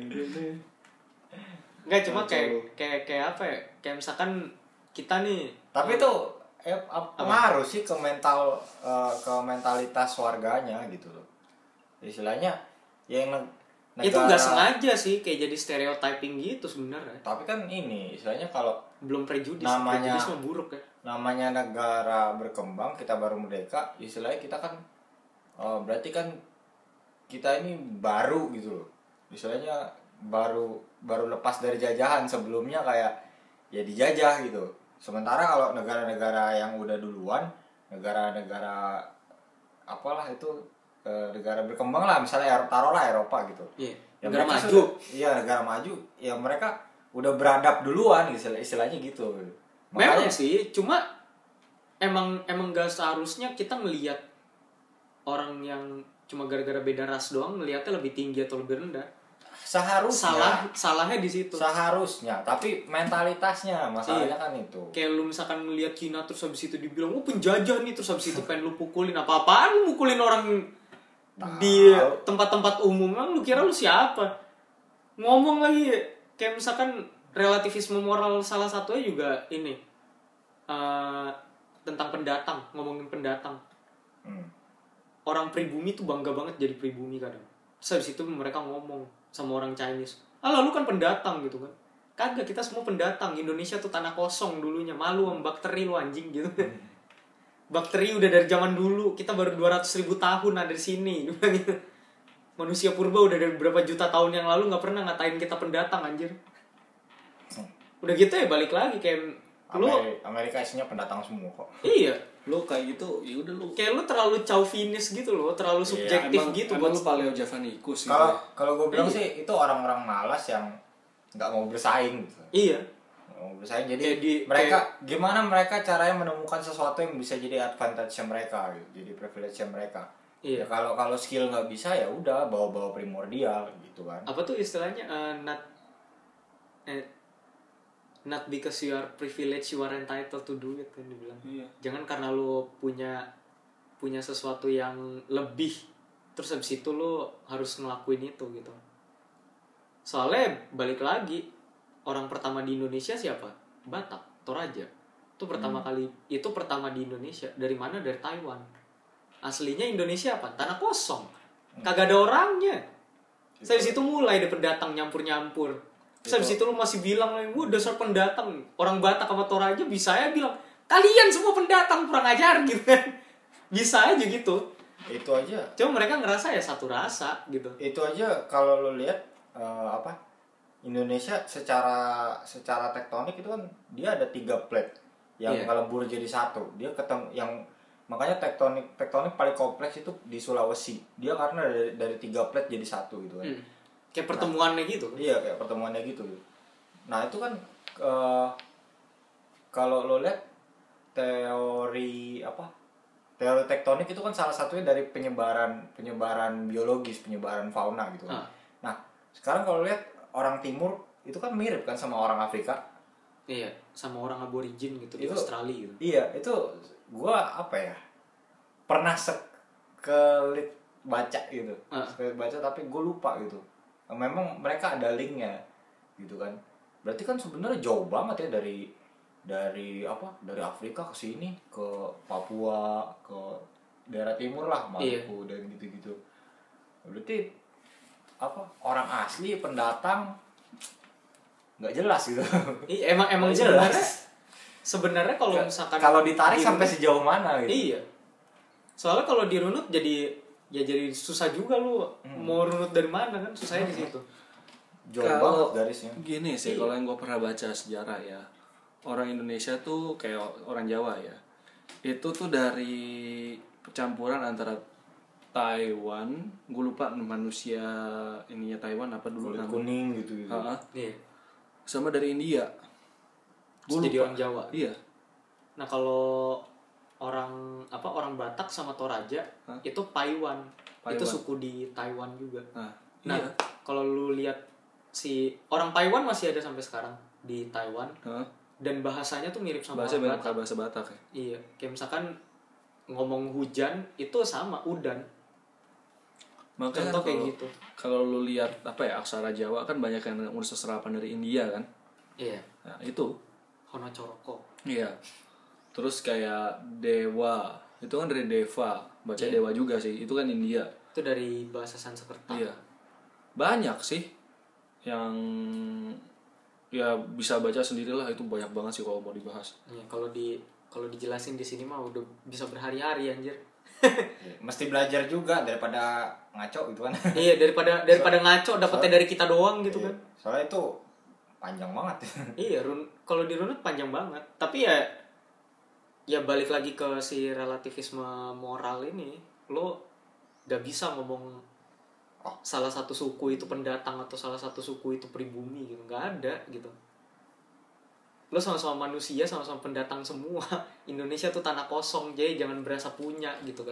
Speaker 2: Enggak, cuma
Speaker 3: Kacau.
Speaker 2: kayak kayak kayak apa ya? Kayak misalkan kita nih
Speaker 1: Tapi itu eh, ap- pengaruh sih ke mental eh, ke mentalitas warganya gitu loh. Istilahnya yang neg- negara,
Speaker 2: Itu nggak sengaja sih kayak jadi stereotyping gitu sebenarnya.
Speaker 1: tapi kan ini istilahnya kalau
Speaker 2: Belum prejudis,
Speaker 1: Namanya-
Speaker 2: prejudis mah buruk ya.
Speaker 1: namanya negara berkembang, kita baru merdeka, istilahnya kita kan eh, berarti kan kita ini baru gitu loh. Istilahnya baru baru lepas dari jajahan, sebelumnya kayak ya dijajah gitu. Sementara kalau negara-negara yang udah duluan, negara-negara apalah itu eh, negara berkembang lah, misalnya Ero- taruhlah Eropa gitu.
Speaker 2: Iya.
Speaker 1: Ya
Speaker 2: Negara
Speaker 1: mereka
Speaker 2: maju.
Speaker 1: sudah- iya, negara maju. Ya mereka udah beradab duluan istilah istilahnya gitu.
Speaker 2: Memang sih, cuma emang emang gak seharusnya kita ngelihat orang yang cuma gara-gara beda ras doang ngelihatnya lebih tinggi atau lebih rendah.
Speaker 1: seharusnya
Speaker 2: Salah salahnya di situ.
Speaker 1: seharusnya, tapi mentalitasnya masalahnya
Speaker 2: Iya.
Speaker 1: kan itu.
Speaker 2: Kayak lu misalkan ngelihat Cina terus habis itu dibilang, "Oh, penjajah nih," terus habis itu pengen lu pukulin. Apa-apaan lu mukulin orang di tempat-tempat umum? Emang lu kira lu siapa? Ngomong lagi kayak misalkan relativisme moral salah satunya juga ini eh, tentang pendatang, ngomongin pendatang.
Speaker 1: Hmm.
Speaker 2: Orang pribumi tuh bangga banget jadi pribumi kadang. Terus habis itu mereka ngomong sama orang Chinese, "Ah, lu kan pendatang," gitu kan. Kagak, kita semua pendatang. Indonesia tuh tanah kosong dulunya. Malu sama bakteri lu anjing gitu. Bakteri udah dari zaman dulu. Kita baru dua ratus ribu tahun ada di sini. Dia bilang gitu. Manusia purba udah dari berapa juta tahun yang lalu nggak pernah ngatain kita pendatang anjir. Udah gitu ya balik lagi kayak lu
Speaker 1: Ameri- Amerika isinya pendatang semua kok.
Speaker 2: iya,
Speaker 3: Lu kayak gitu, ya udah lu.
Speaker 2: kayak lu terlalu chauvinis gitu loh, terlalu
Speaker 1: Iya,
Speaker 2: subjektif
Speaker 3: Emang,
Speaker 2: gitu
Speaker 3: emang
Speaker 2: buat
Speaker 3: lu paleo javanicus gitu.
Speaker 1: Kalau kalau gue bilang
Speaker 2: Iya.
Speaker 1: sih itu orang-orang malas yang nggak mau bersaing gitu.
Speaker 2: iya.
Speaker 1: Nggak mau bersaing, jadi
Speaker 2: Kayak di-
Speaker 1: mereka gimana mereka caranya menemukan sesuatu yang bisa jadi advantage mereka gitu, jadi privilege mereka.
Speaker 2: Iya.
Speaker 1: Ya, kalau kalau skill nggak bisa ya udah bawa-bawa primordial gitu kan.
Speaker 2: Apa tuh istilahnya eh, not eh, not because you are privileged you are entitled to do it kan dibilang.
Speaker 3: Iya.
Speaker 2: Jangan karena lu punya punya sesuatu yang lebih terus habis itu lu harus ngelakuin itu gitu. Soalnya balik lagi orang pertama di Indonesia siapa? Batak, Toraja. Itu pertama kali itu pertama di Indonesia. Dari mana? Dari Taiwan. Aslinya Indonesia apa? Tanah kosong. Kagak ada orangnya. Terus habis itu mulai ada pendatang nyampur-nyampur. Terus habis itu lu masih bilang, "Wah, dasar pendatang." Orang Batak sama Toraja bisa ya bilang, "Kalian semua pendatang, kurang ajar," gitu kan. Bisa aja gitu.
Speaker 1: Itu aja.
Speaker 2: Cuma mereka ngerasa ya satu rasa gitu.
Speaker 1: Itu aja kalau lo lihat eh, apa Indonesia secara secara tektonik itu kan dia ada tiga plate yang
Speaker 2: Iya.
Speaker 1: ngelebur jadi satu. Dia ketemu yang makanya tektonik tektonik paling kompleks itu di Sulawesi. Dia karena dari, dari tiga plate jadi satu gitu kan.
Speaker 2: Hmm. Kayak pertemuannya gitu.
Speaker 1: Iya, kayak pertemuannya gitu. Nah, itu kan eh, kalau lo lihat teori apa? Teori tektonik itu kan salah satunya dari penyebaran penyebaran biologis, penyebaran fauna gitu kan.
Speaker 2: Ah.
Speaker 1: Nah, sekarang kalau lihat orang timur itu kan mirip kan sama orang Afrika.
Speaker 2: Iya, sama orang aborigin gitu di
Speaker 1: Itu-
Speaker 2: Australia gitu.
Speaker 1: Iya, itu gua apa ya? Pernah sekelit baca gitu.
Speaker 2: Ah.
Speaker 1: Sekelit baca tapi gue lupa gitu. Memang mereka ada linknya gitu kan. Berarti kan sebenarnya jauh banget ya dari dari apa? Dari Afrika ke sini ke Papua, ke daerah timur lah, Maluku dan gitu-gitu. Berarti apa? Orang asli pendatang nggak jelas gitu.
Speaker 2: Iya, emang emang
Speaker 1: Nggak jelas.
Speaker 2: sebenarnya sebenarnya kalau misalkan
Speaker 1: Kalau ditarik
Speaker 2: dirunut-
Speaker 1: sampai sejauh mana gitu.
Speaker 2: Iya. Soalnya kalau dirunut jadi ya jadi susah juga lu
Speaker 1: Hmm.
Speaker 2: mau runut dari mana kan susahnya di situ.
Speaker 1: Jauh
Speaker 3: Kalau
Speaker 1: banget garisnya.
Speaker 3: gini sih,
Speaker 2: Iya.
Speaker 3: kalau yang gue pernah baca sejarah ya, orang Indonesia tuh kayak orang Jawa ya, itu tuh dari campuran antara Taiwan, gue lupa manusia ininya Taiwan apa dulu
Speaker 1: Kulit
Speaker 3: namanya,
Speaker 1: kuning gitu gitu.
Speaker 3: Ha-ha.
Speaker 2: Iya.
Speaker 3: sama dari India.
Speaker 2: Terus
Speaker 3: Gua
Speaker 2: jadi
Speaker 3: lupa.
Speaker 2: orang Jawa.
Speaker 3: Iya.
Speaker 2: Nah, kalau orang apa orang Batak sama Toraja
Speaker 3: Hah?
Speaker 2: itu Paiwan. Itu
Speaker 3: Paiwan.
Speaker 2: suku di Taiwan juga.
Speaker 3: Nah,
Speaker 2: Nah,
Speaker 3: iya.
Speaker 2: kalau lu lihat si orang Taiwan masih ada sampai sekarang di Taiwan
Speaker 3: Hah?
Speaker 2: dan bahasanya tuh mirip sama
Speaker 3: Bahasa
Speaker 2: orang
Speaker 3: Batak,
Speaker 2: Batak.
Speaker 3: bahasa Batak ya.
Speaker 2: Iya, kayak misalkan ngomong hujan itu sama udan.
Speaker 3: Makanya
Speaker 2: Contoh kayak
Speaker 3: kalau-
Speaker 2: gitu.
Speaker 3: Kalau lu lihat apa ya aksara Jawa kan banyak yang ngurus serapan dari India kan.
Speaker 2: Iya,
Speaker 3: Nah, itu.
Speaker 2: Hono Coroko.
Speaker 3: Iya. Terus kayak Dewa, itu kan dari Deva, baca
Speaker 2: Iya.
Speaker 3: Dewa juga sih. Itu kan India.
Speaker 2: Itu dari bahasa Sanskerta.
Speaker 3: Iya. Banyak sih yang ya bisa baca sendirilah, itu banyak banget sih kalau mau dibahas.
Speaker 2: Iya, kalau di kalau dijelasin di sini mah udah bisa berhari-hari anjir.
Speaker 1: Mesti belajar juga daripada ngaco gitu kan.
Speaker 2: Iya, daripada daripada ngaco dapetnya dari kita doang gitu kan.
Speaker 1: Soalnya itu panjang banget.
Speaker 2: Iya, run kalau dirunut panjang banget. Tapi ya ya balik lagi ke si relativisme moral ini, lo gak bisa ngomong
Speaker 1: Oh.
Speaker 2: salah satu suku itu pendatang atau salah satu suku itu pribumi gitu, nggak ada gitu. Lo sama-sama manusia, sama-sama pendatang semua. Indonesia tuh tanah kosong, jadi jangan berasa punya gitu kan.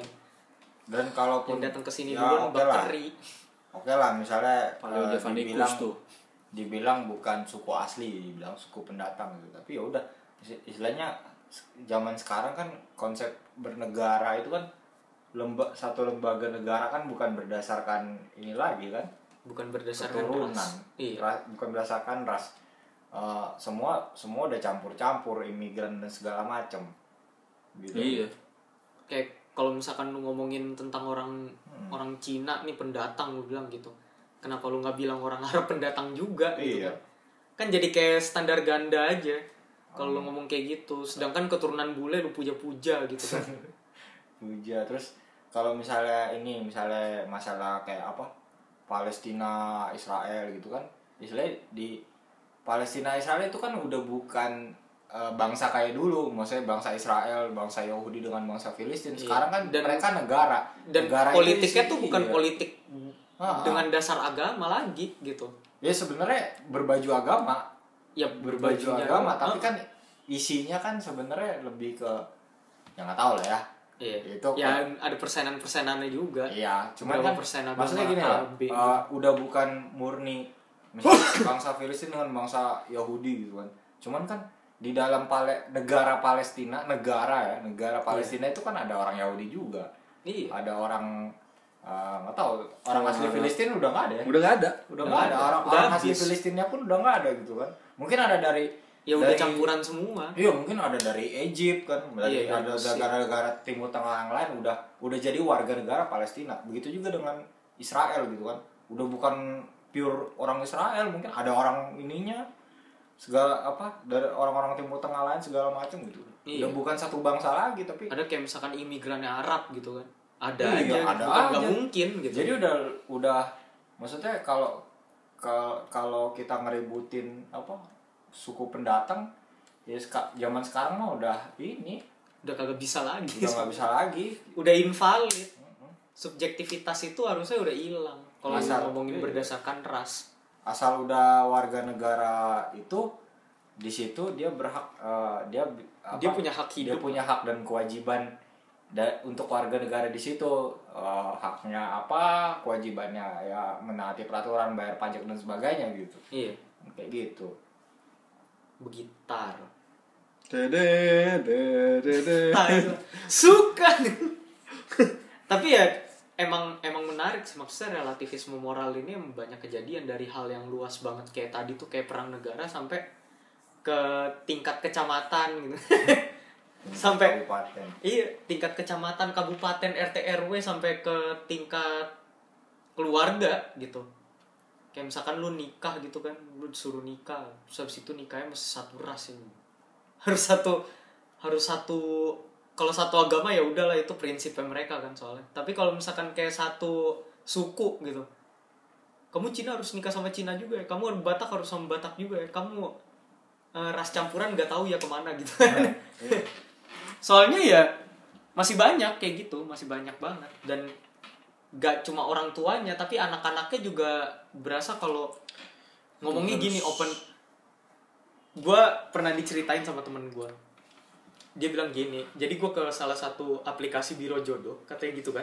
Speaker 1: Dan kalaupun
Speaker 2: Yang datang ke sini
Speaker 1: ya,
Speaker 2: dulu
Speaker 1: oke lah.
Speaker 2: bakteri.
Speaker 1: Oke lah, misalnya
Speaker 3: Paleo
Speaker 1: eh,
Speaker 3: Javanicus
Speaker 1: dibilang
Speaker 3: tuh.
Speaker 1: dibilang bukan suku asli, dibilang suku pendatang gitu. Tapi ya udah, istilahnya zaman sekarang kan konsep bernegara itu kan lemba satu lembaga negara kan bukan berdasarkan ini lagi kan,
Speaker 2: Bukan berdasarkan
Speaker 1: keturunan,
Speaker 2: ras. Iya.
Speaker 1: Ra- bukan berdasarkan ras. Eh, semua semua udah campur-campur, imigran dan segala macam. Gitu.
Speaker 3: Iya.
Speaker 2: Kayak kalau misalkan lu ngomongin tentang orang orang Cina nih pendatang, lu bilang gitu, kenapa lu nggak bilang orang Arab pendatang juga gitu
Speaker 1: Iya.
Speaker 2: kan? Kan jadi kayak standar ganda aja kalau lu ngomong kayak gitu. Sedangkan keturunan bule lu puja-puja gitu kan.
Speaker 1: Puja. Terus kalau misalnya ini misalnya masalah kayak apa Palestina Israel gitu kan, istilahnya di Palestina Israel itu kan udah bukan eh, bangsa kayak dulu, maksudnya bangsa Israel, bangsa Yahudi dengan bangsa Filistin. Sekarang kan
Speaker 2: Dan-
Speaker 1: mereka negara.
Speaker 2: Dan
Speaker 1: negara
Speaker 2: politiknya
Speaker 1: ini
Speaker 2: tuh
Speaker 1: sih,
Speaker 2: bukan
Speaker 1: iya.
Speaker 2: politik
Speaker 1: Ah,
Speaker 2: dengan dasar agama lagi gitu.
Speaker 1: Ya sebenarnya berbaju agama,
Speaker 2: Ya
Speaker 1: berbaju
Speaker 2: berbajunya
Speaker 1: agama,
Speaker 2: doang.
Speaker 1: tapi
Speaker 2: Ah,
Speaker 1: kan isinya kan sebenarnya lebih ke ya nggak tahu lah ya.
Speaker 2: iya.
Speaker 1: Itu
Speaker 2: Ya ada persenan-persenannya juga.
Speaker 1: Iya, cuman
Speaker 2: Berapa
Speaker 1: kan
Speaker 2: persen agama
Speaker 1: maksudnya gini
Speaker 2: A,
Speaker 1: loh,
Speaker 2: B
Speaker 1: uh, udah bukan murni misalnya bangsa Filistin dengan bangsa Yahudi gitu kan. Cuman kan di dalam pale, negara Palestina, negara ya, negara Palestina itu kan ada orang Yahudi juga.
Speaker 2: Iya.
Speaker 1: Ada orang uh, nggak tahu, orang asli Filistin udah nggak ada ya.
Speaker 3: Udah nggak ada.
Speaker 1: Udah nggak ada, orang,
Speaker 2: Udah
Speaker 1: orang asli
Speaker 2: habis.
Speaker 1: Filistinnya pun udah nggak ada gitu kan. Mungkin ada dari
Speaker 2: Ya udah
Speaker 1: dari-
Speaker 2: campuran semua.
Speaker 1: Iya, mungkin ada dari Egypt kan, dari
Speaker 2: Iya,
Speaker 1: ada
Speaker 2: dari
Speaker 1: negara-negara Timur Tengah yang lain udah udah jadi warga negara Palestina. Begitu juga dengan Israel gitu kan. Udah bukan pure orang Israel, mungkin ada orang ininya segala apa dari orang-orang Timur Tengah lain segala macam gitu.
Speaker 2: Iya.
Speaker 1: Udah bukan satu bangsa lagi tapi
Speaker 2: Ada kayak misalkan imigrannya Arab gitu kan. Ada
Speaker 1: Iya,
Speaker 2: aja,
Speaker 1: ada
Speaker 2: bukan nggak
Speaker 1: aja.
Speaker 2: mungkin gitu.
Speaker 1: jadi udah udah maksudnya kalau kalau kalau kita ngeributin apa suku pendatang ya seka- zaman sekarang mah udah ini
Speaker 2: Udah kagak bisa lagi.
Speaker 1: udah nggak bisa lagi.
Speaker 2: Udah invalid. Subjektivitas itu harusnya udah hilang kalau
Speaker 1: Asal-
Speaker 2: ngomongin
Speaker 1: iya.
Speaker 2: berdasarkan ras.
Speaker 1: Asal udah warga negara itu di situ dia berhak eh, dia apa,
Speaker 2: Dia punya hak
Speaker 1: dia
Speaker 2: hidup.
Speaker 1: punya hak dan kewajiban da- untuk warga negara di situ. Eh, haknya apa, kewajibannya ya menaati peraturan, bayar pajak dan sebagainya gitu
Speaker 2: Iya,
Speaker 1: kayak gitu.
Speaker 2: begitar.
Speaker 3: Dede, dede.
Speaker 2: Suka. Tapi ya emang emang menarik sih, maksudnya relativisme moral ini banyak kejadian dari hal yang luas banget kayak tadi tuh kayak perang negara sampai ke tingkat kecamatan gitu. Sampai
Speaker 1: Kabupaten.
Speaker 2: iya, tingkat kecamatan, kabupaten, R T R W sampai ke tingkat keluarga gitu. Kayak misalkan lu nikah gitu kan, lu disuruh nikah, terus habis itu nikahnya mesti satu ras ini. Harus satu harus satu kalau satu agama ya udahlah itu prinsipnya mereka kan soalnya. Tapi kalau misalkan kayak satu suku gitu. Kamu Cina harus nikah sama Cina juga ya. Kamu Batak harus sama Batak juga ya. Kamu eh, ras campuran nggak tahu ya kemana gitu. Soalnya ya masih banyak kayak gitu, masih banyak banget dan gak cuma orang tuanya tapi anak-anaknya juga berasa kalau ngomongnya gini open. Gue pernah diceritain sama temen gue, dia bilang gini, jadi gue ke salah satu aplikasi biro jodoh katanya gitu kan.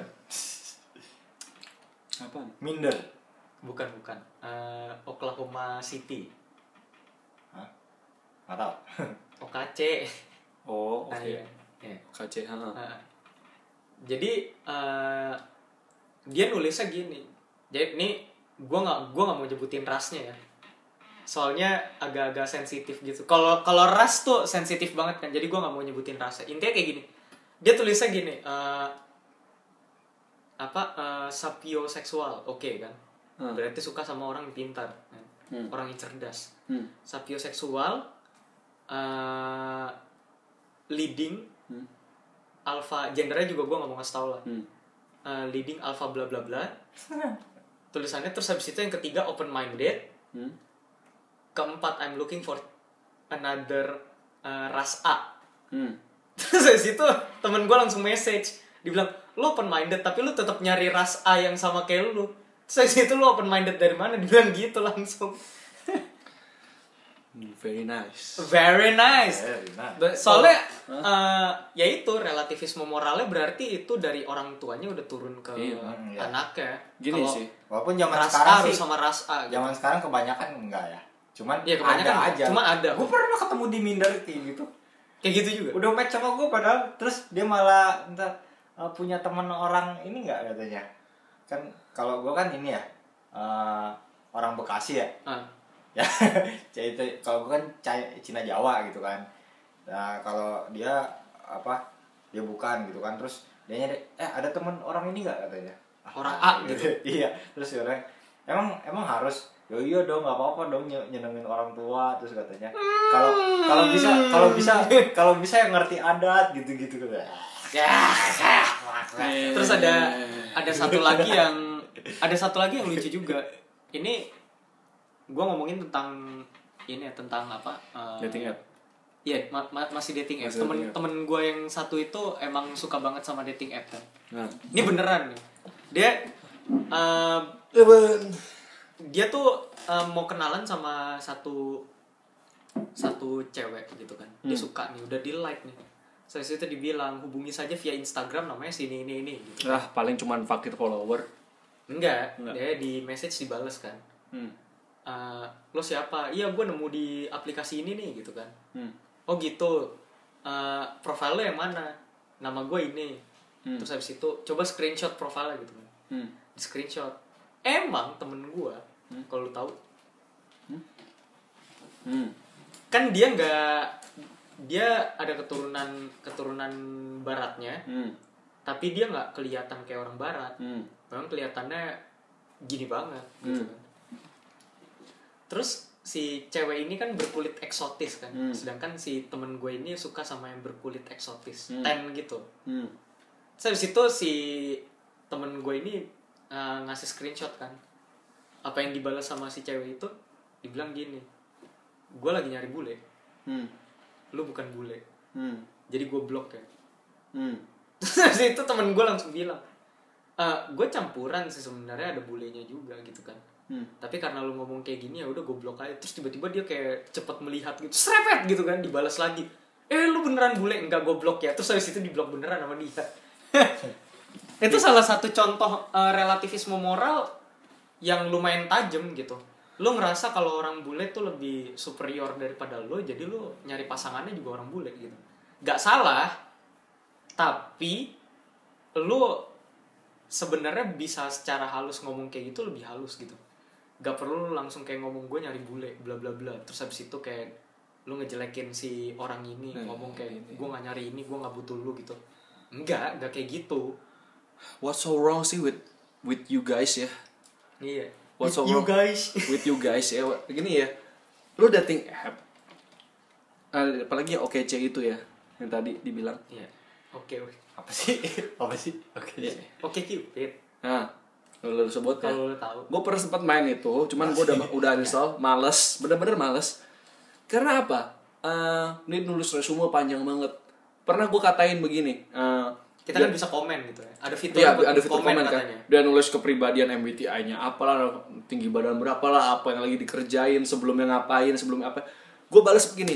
Speaker 3: Apa?
Speaker 1: Minder.
Speaker 2: Bukan bukan Eh, Oklahoma City,
Speaker 1: Hah? Nggak tahu.
Speaker 2: O K C.
Speaker 3: Oh, oke.
Speaker 2: Nah, iya. Iya.
Speaker 3: K C, ha.
Speaker 2: Nah, jadi eh, dia nulisnya gini. Jadi ini gue nggak gue nggak mau nyebutin rasnya ya. soalnya agak-agak sensitif gitu. Kalau kalau ras tuh sensitif banget kan, jadi gue nggak mau nyebutin rasnya. Intinya kayak gini, dia tulisnya gini, uh, apa uh, sapioseksual, oke okay, kan? Hmm. Berarti suka sama orang yang pintar, kan? hmm. orang yang cerdas. Hmm. Sapioseksual, uh, leading, hmm. alpha, gendernya juga gue nggak mau ngasih tau lah. Hmm. Uh, leading alpha bla bla bla. Tulisannya. Terus habis itu yang ketiga open minded. Hmm. Keempat, I'm looking for another uh, ras A. Hmm. Terus dari situ temen gue langsung message, dibilang lo open minded tapi lo tetap nyari ras A yang sama kayak lo. Terus dari situ lo open minded dari mana? Dibilang gitu langsung.
Speaker 3: Very nice.
Speaker 2: Very nice.
Speaker 1: Very nice.
Speaker 2: Soalnya huh? uh, ya itu relativisme moralnya berarti itu dari orang tuanya udah turun ke
Speaker 3: iya,
Speaker 2: anaknya.
Speaker 3: Gini kalo sih.
Speaker 1: Walaupun zaman
Speaker 2: ras
Speaker 1: sekarang
Speaker 2: A
Speaker 1: sih
Speaker 2: sama ras A. Gitu.
Speaker 1: Zaman sekarang kebanyakan enggak ya. Cuman
Speaker 2: ya, kebanyakan
Speaker 1: ada aja.
Speaker 2: Cuma ada.
Speaker 1: Gue pernah ketemu di Mindarti gitu.
Speaker 2: Kayak gitu juga.
Speaker 1: Udah match sama gue padahal terus dia malah entah uh, punya teman orang ini enggak katanya. Kan kalau gue kan ini ya uh, orang Bekasi ya. Uh. Ya, itu kalau gue kan Cina Jawa gitu kan. Nah, kalau dia apa? Dia bukan gitu kan. Terus dia nyari, eh ada teman orang ini enggak katanya.
Speaker 2: Orang A gitu.
Speaker 1: Iya, terus orang emang emang harus yo iya dong nggak apa-apa dong nyenengin orang tua terus katanya kalau kalau bisa kalau bisa kalau bisa yang ngerti adat gitu-gitu gitu ya.
Speaker 2: Terus ada ada satu lagi yang ada satu lagi yang lucu juga. Ini gue ngomongin tentang ini ya tentang apa? Uh,
Speaker 3: dating app.
Speaker 2: Iya, ma- ma- masih dating app. Temen-temen gue yang satu itu emang suka banget sama dating app kan. Nah. Ini beneran nih. Dia uh, dia tuh um, mau kenalan sama satu satu cewek gitu kan. Dia hmm. suka nih, udah di like nih. Saya so, itu dibilang hubungi saja via Instagram namanya sini ini ini gitu.
Speaker 3: Ah, paling cuman fakir follower.
Speaker 2: Enggak, Enggak. Dia di message dibales kan. Hmm. Uh, lo siapa? Iya, gue nemu di aplikasi ini nih gitu kan. Hmm. Oh gitu. Uh, profile lo yang mana? Nama gue ini. Hmm. Terus habis itu coba screenshot profile gitu kan. Hmm. Di screenshot. Emang temen gue Hmm. kalau lu tahu, hmm? Hmm. kan dia nggak, dia ada keturunan keturunan baratnya, hmm. tapi dia nggak kelihatan kayak orang barat, hmm. memang kelihatannya gini banget, hmm. gitu kan. Terus si cewek ini kan berkulit eksotis kan, hmm. sedangkan si temen gue ini suka sama yang berkulit eksotis, hmm. tan gitu. Hmm. Terus habis itu si temen gue ini uh, ngasih screenshot kan. Apa yang dibalas sama si cewek itu, dibilang gini, gue lagi nyari bule, hmm. lu bukan bule, hmm. jadi gue blok ya. Hmm. Terus itu temen gue langsung bilang, e, gue campuran sih sebenarnya, ada bulenya juga gitu kan. Hmm. Tapi karena lu ngomong kayak gini ya udah gue blok aja. Terus tiba-tiba dia kayak cepet melihat gitu, serepet gitu kan, dibalas lagi, eh lu beneran bule, enggak gue blok ya. Terus habis itu diblok beneran sama dia. Itu salah satu contoh uh, relativisme moral yang lumayan tajam gitu. Lo ngerasa kalau orang bule tuh lebih superior daripada lo, jadi lo nyari pasangannya juga orang bule gitu. Gak salah, tapi lo sebenarnya bisa secara halus ngomong kayak gitu lebih halus gitu. Gak perlu lo langsung kayak ngomong gue nyari bule bla bla bla. Terus habis itu kayak lo ngejelekin si orang ini, hmm, ngomong kayak gue gak nyari ini, gue gak butuh lo gitu. Enggak, gak kayak gitu.
Speaker 3: What's so wrong sih with with you guys ya?
Speaker 2: Iya.
Speaker 3: What's so
Speaker 2: with
Speaker 3: wrong
Speaker 2: you guys?
Speaker 3: With you guys ya. Begini ya. Lu dating app. Apalagi yang O K C itu ya, yang tadi dibilang.
Speaker 2: Iya. Oke, oke.
Speaker 1: Apa sih? Apa sih? Oke.
Speaker 2: Okay. Oke, Cupid.
Speaker 3: Nah, lu sebut kan.
Speaker 2: Kalau lu tahu.
Speaker 3: Gue pernah sempat main itu, cuman gue udah udah uninstall, males, bener-bener males. Karena apa? Uh, ini nulis resume panjang banget. Pernah gue katain begini. Uh,
Speaker 2: kita
Speaker 3: dia,
Speaker 2: kan bisa komen gitu ya. Ada fitur
Speaker 3: iya,
Speaker 2: buat
Speaker 3: ada fitur komen, komen kan.
Speaker 2: Katanya.
Speaker 3: Dia nulis kepribadian M B T I-nya, apalah, tinggi badan berapa lah, apa yang lagi dikerjain, sebelumnya ngapain, sebelumnya apa. Gue balas begini.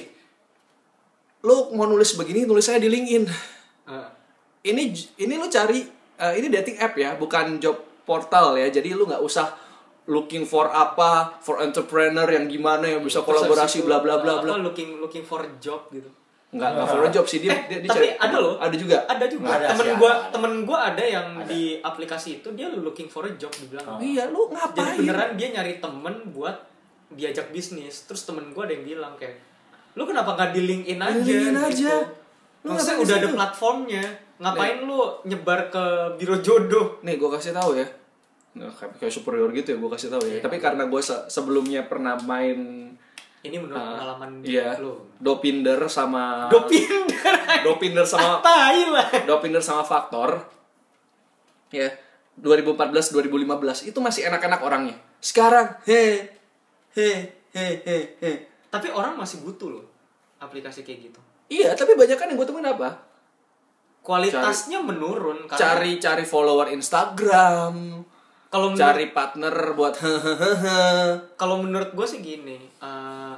Speaker 3: Lo mau nulis begini, nulis saya di LinkedIn. Uh. Ini ini lo cari uh, ini dating app ya, bukan job portal ya. Jadi lo nggak usah looking for apa, for entrepreneur yang gimana yang bisa kolaborasi bla bla bla bla.
Speaker 2: Looking looking for job gitu.
Speaker 3: Enggak, enggak for a job sih dia,
Speaker 2: eh,
Speaker 3: dia, dia
Speaker 2: tapi
Speaker 3: cari,
Speaker 2: ada loh.
Speaker 3: Ada juga.
Speaker 2: Ada juga. Ada temen gue, temen gue ada yang ada. Di aplikasi itu dia looking for a job dibilang.
Speaker 3: Oh. Iya, lu ngapain?
Speaker 2: Jadi beneran dia nyari temen buat diajak bisnis, terus temen gue ada yang bilang kayak, lu kenapa nggak di LinkedIn aja?
Speaker 3: LinkedIn
Speaker 2: gitu.
Speaker 3: aja. Lu
Speaker 2: Maksudnya
Speaker 3: ngapain
Speaker 2: udah
Speaker 3: di
Speaker 2: ada
Speaker 3: situ?
Speaker 2: platformnya, ngapain lu nyebar ke biro jodoh?
Speaker 3: Nih gue kasih tahu ya. Nah, kayak, kayak superior gitu ya gue kasih tahu ya.
Speaker 2: Iya.
Speaker 3: Tapi karena gue se- sebelumnya pernah main
Speaker 2: Ini menurut
Speaker 3: uh,
Speaker 2: pengalaman
Speaker 3: iya,
Speaker 2: lu.
Speaker 3: Dopinder sama
Speaker 2: Dopinder.
Speaker 3: Dopinder sama
Speaker 2: Tai lah.
Speaker 3: Dopinder sama Faktor. Ya, dua ribu empat belas dua ribu lima belas itu masih enak-enak orangnya. Sekarang he he he he he.
Speaker 2: Tapi orang masih butuh loh aplikasi kayak gitu.
Speaker 3: Iya, tapi banyak kan yang gue temuin apa?
Speaker 2: Kualitasnya menurun karena
Speaker 3: Cari cari follower Instagram,
Speaker 2: kalau menurut
Speaker 3: cari partner buat hehehe.
Speaker 2: kalau menurut gue sih gini, uh,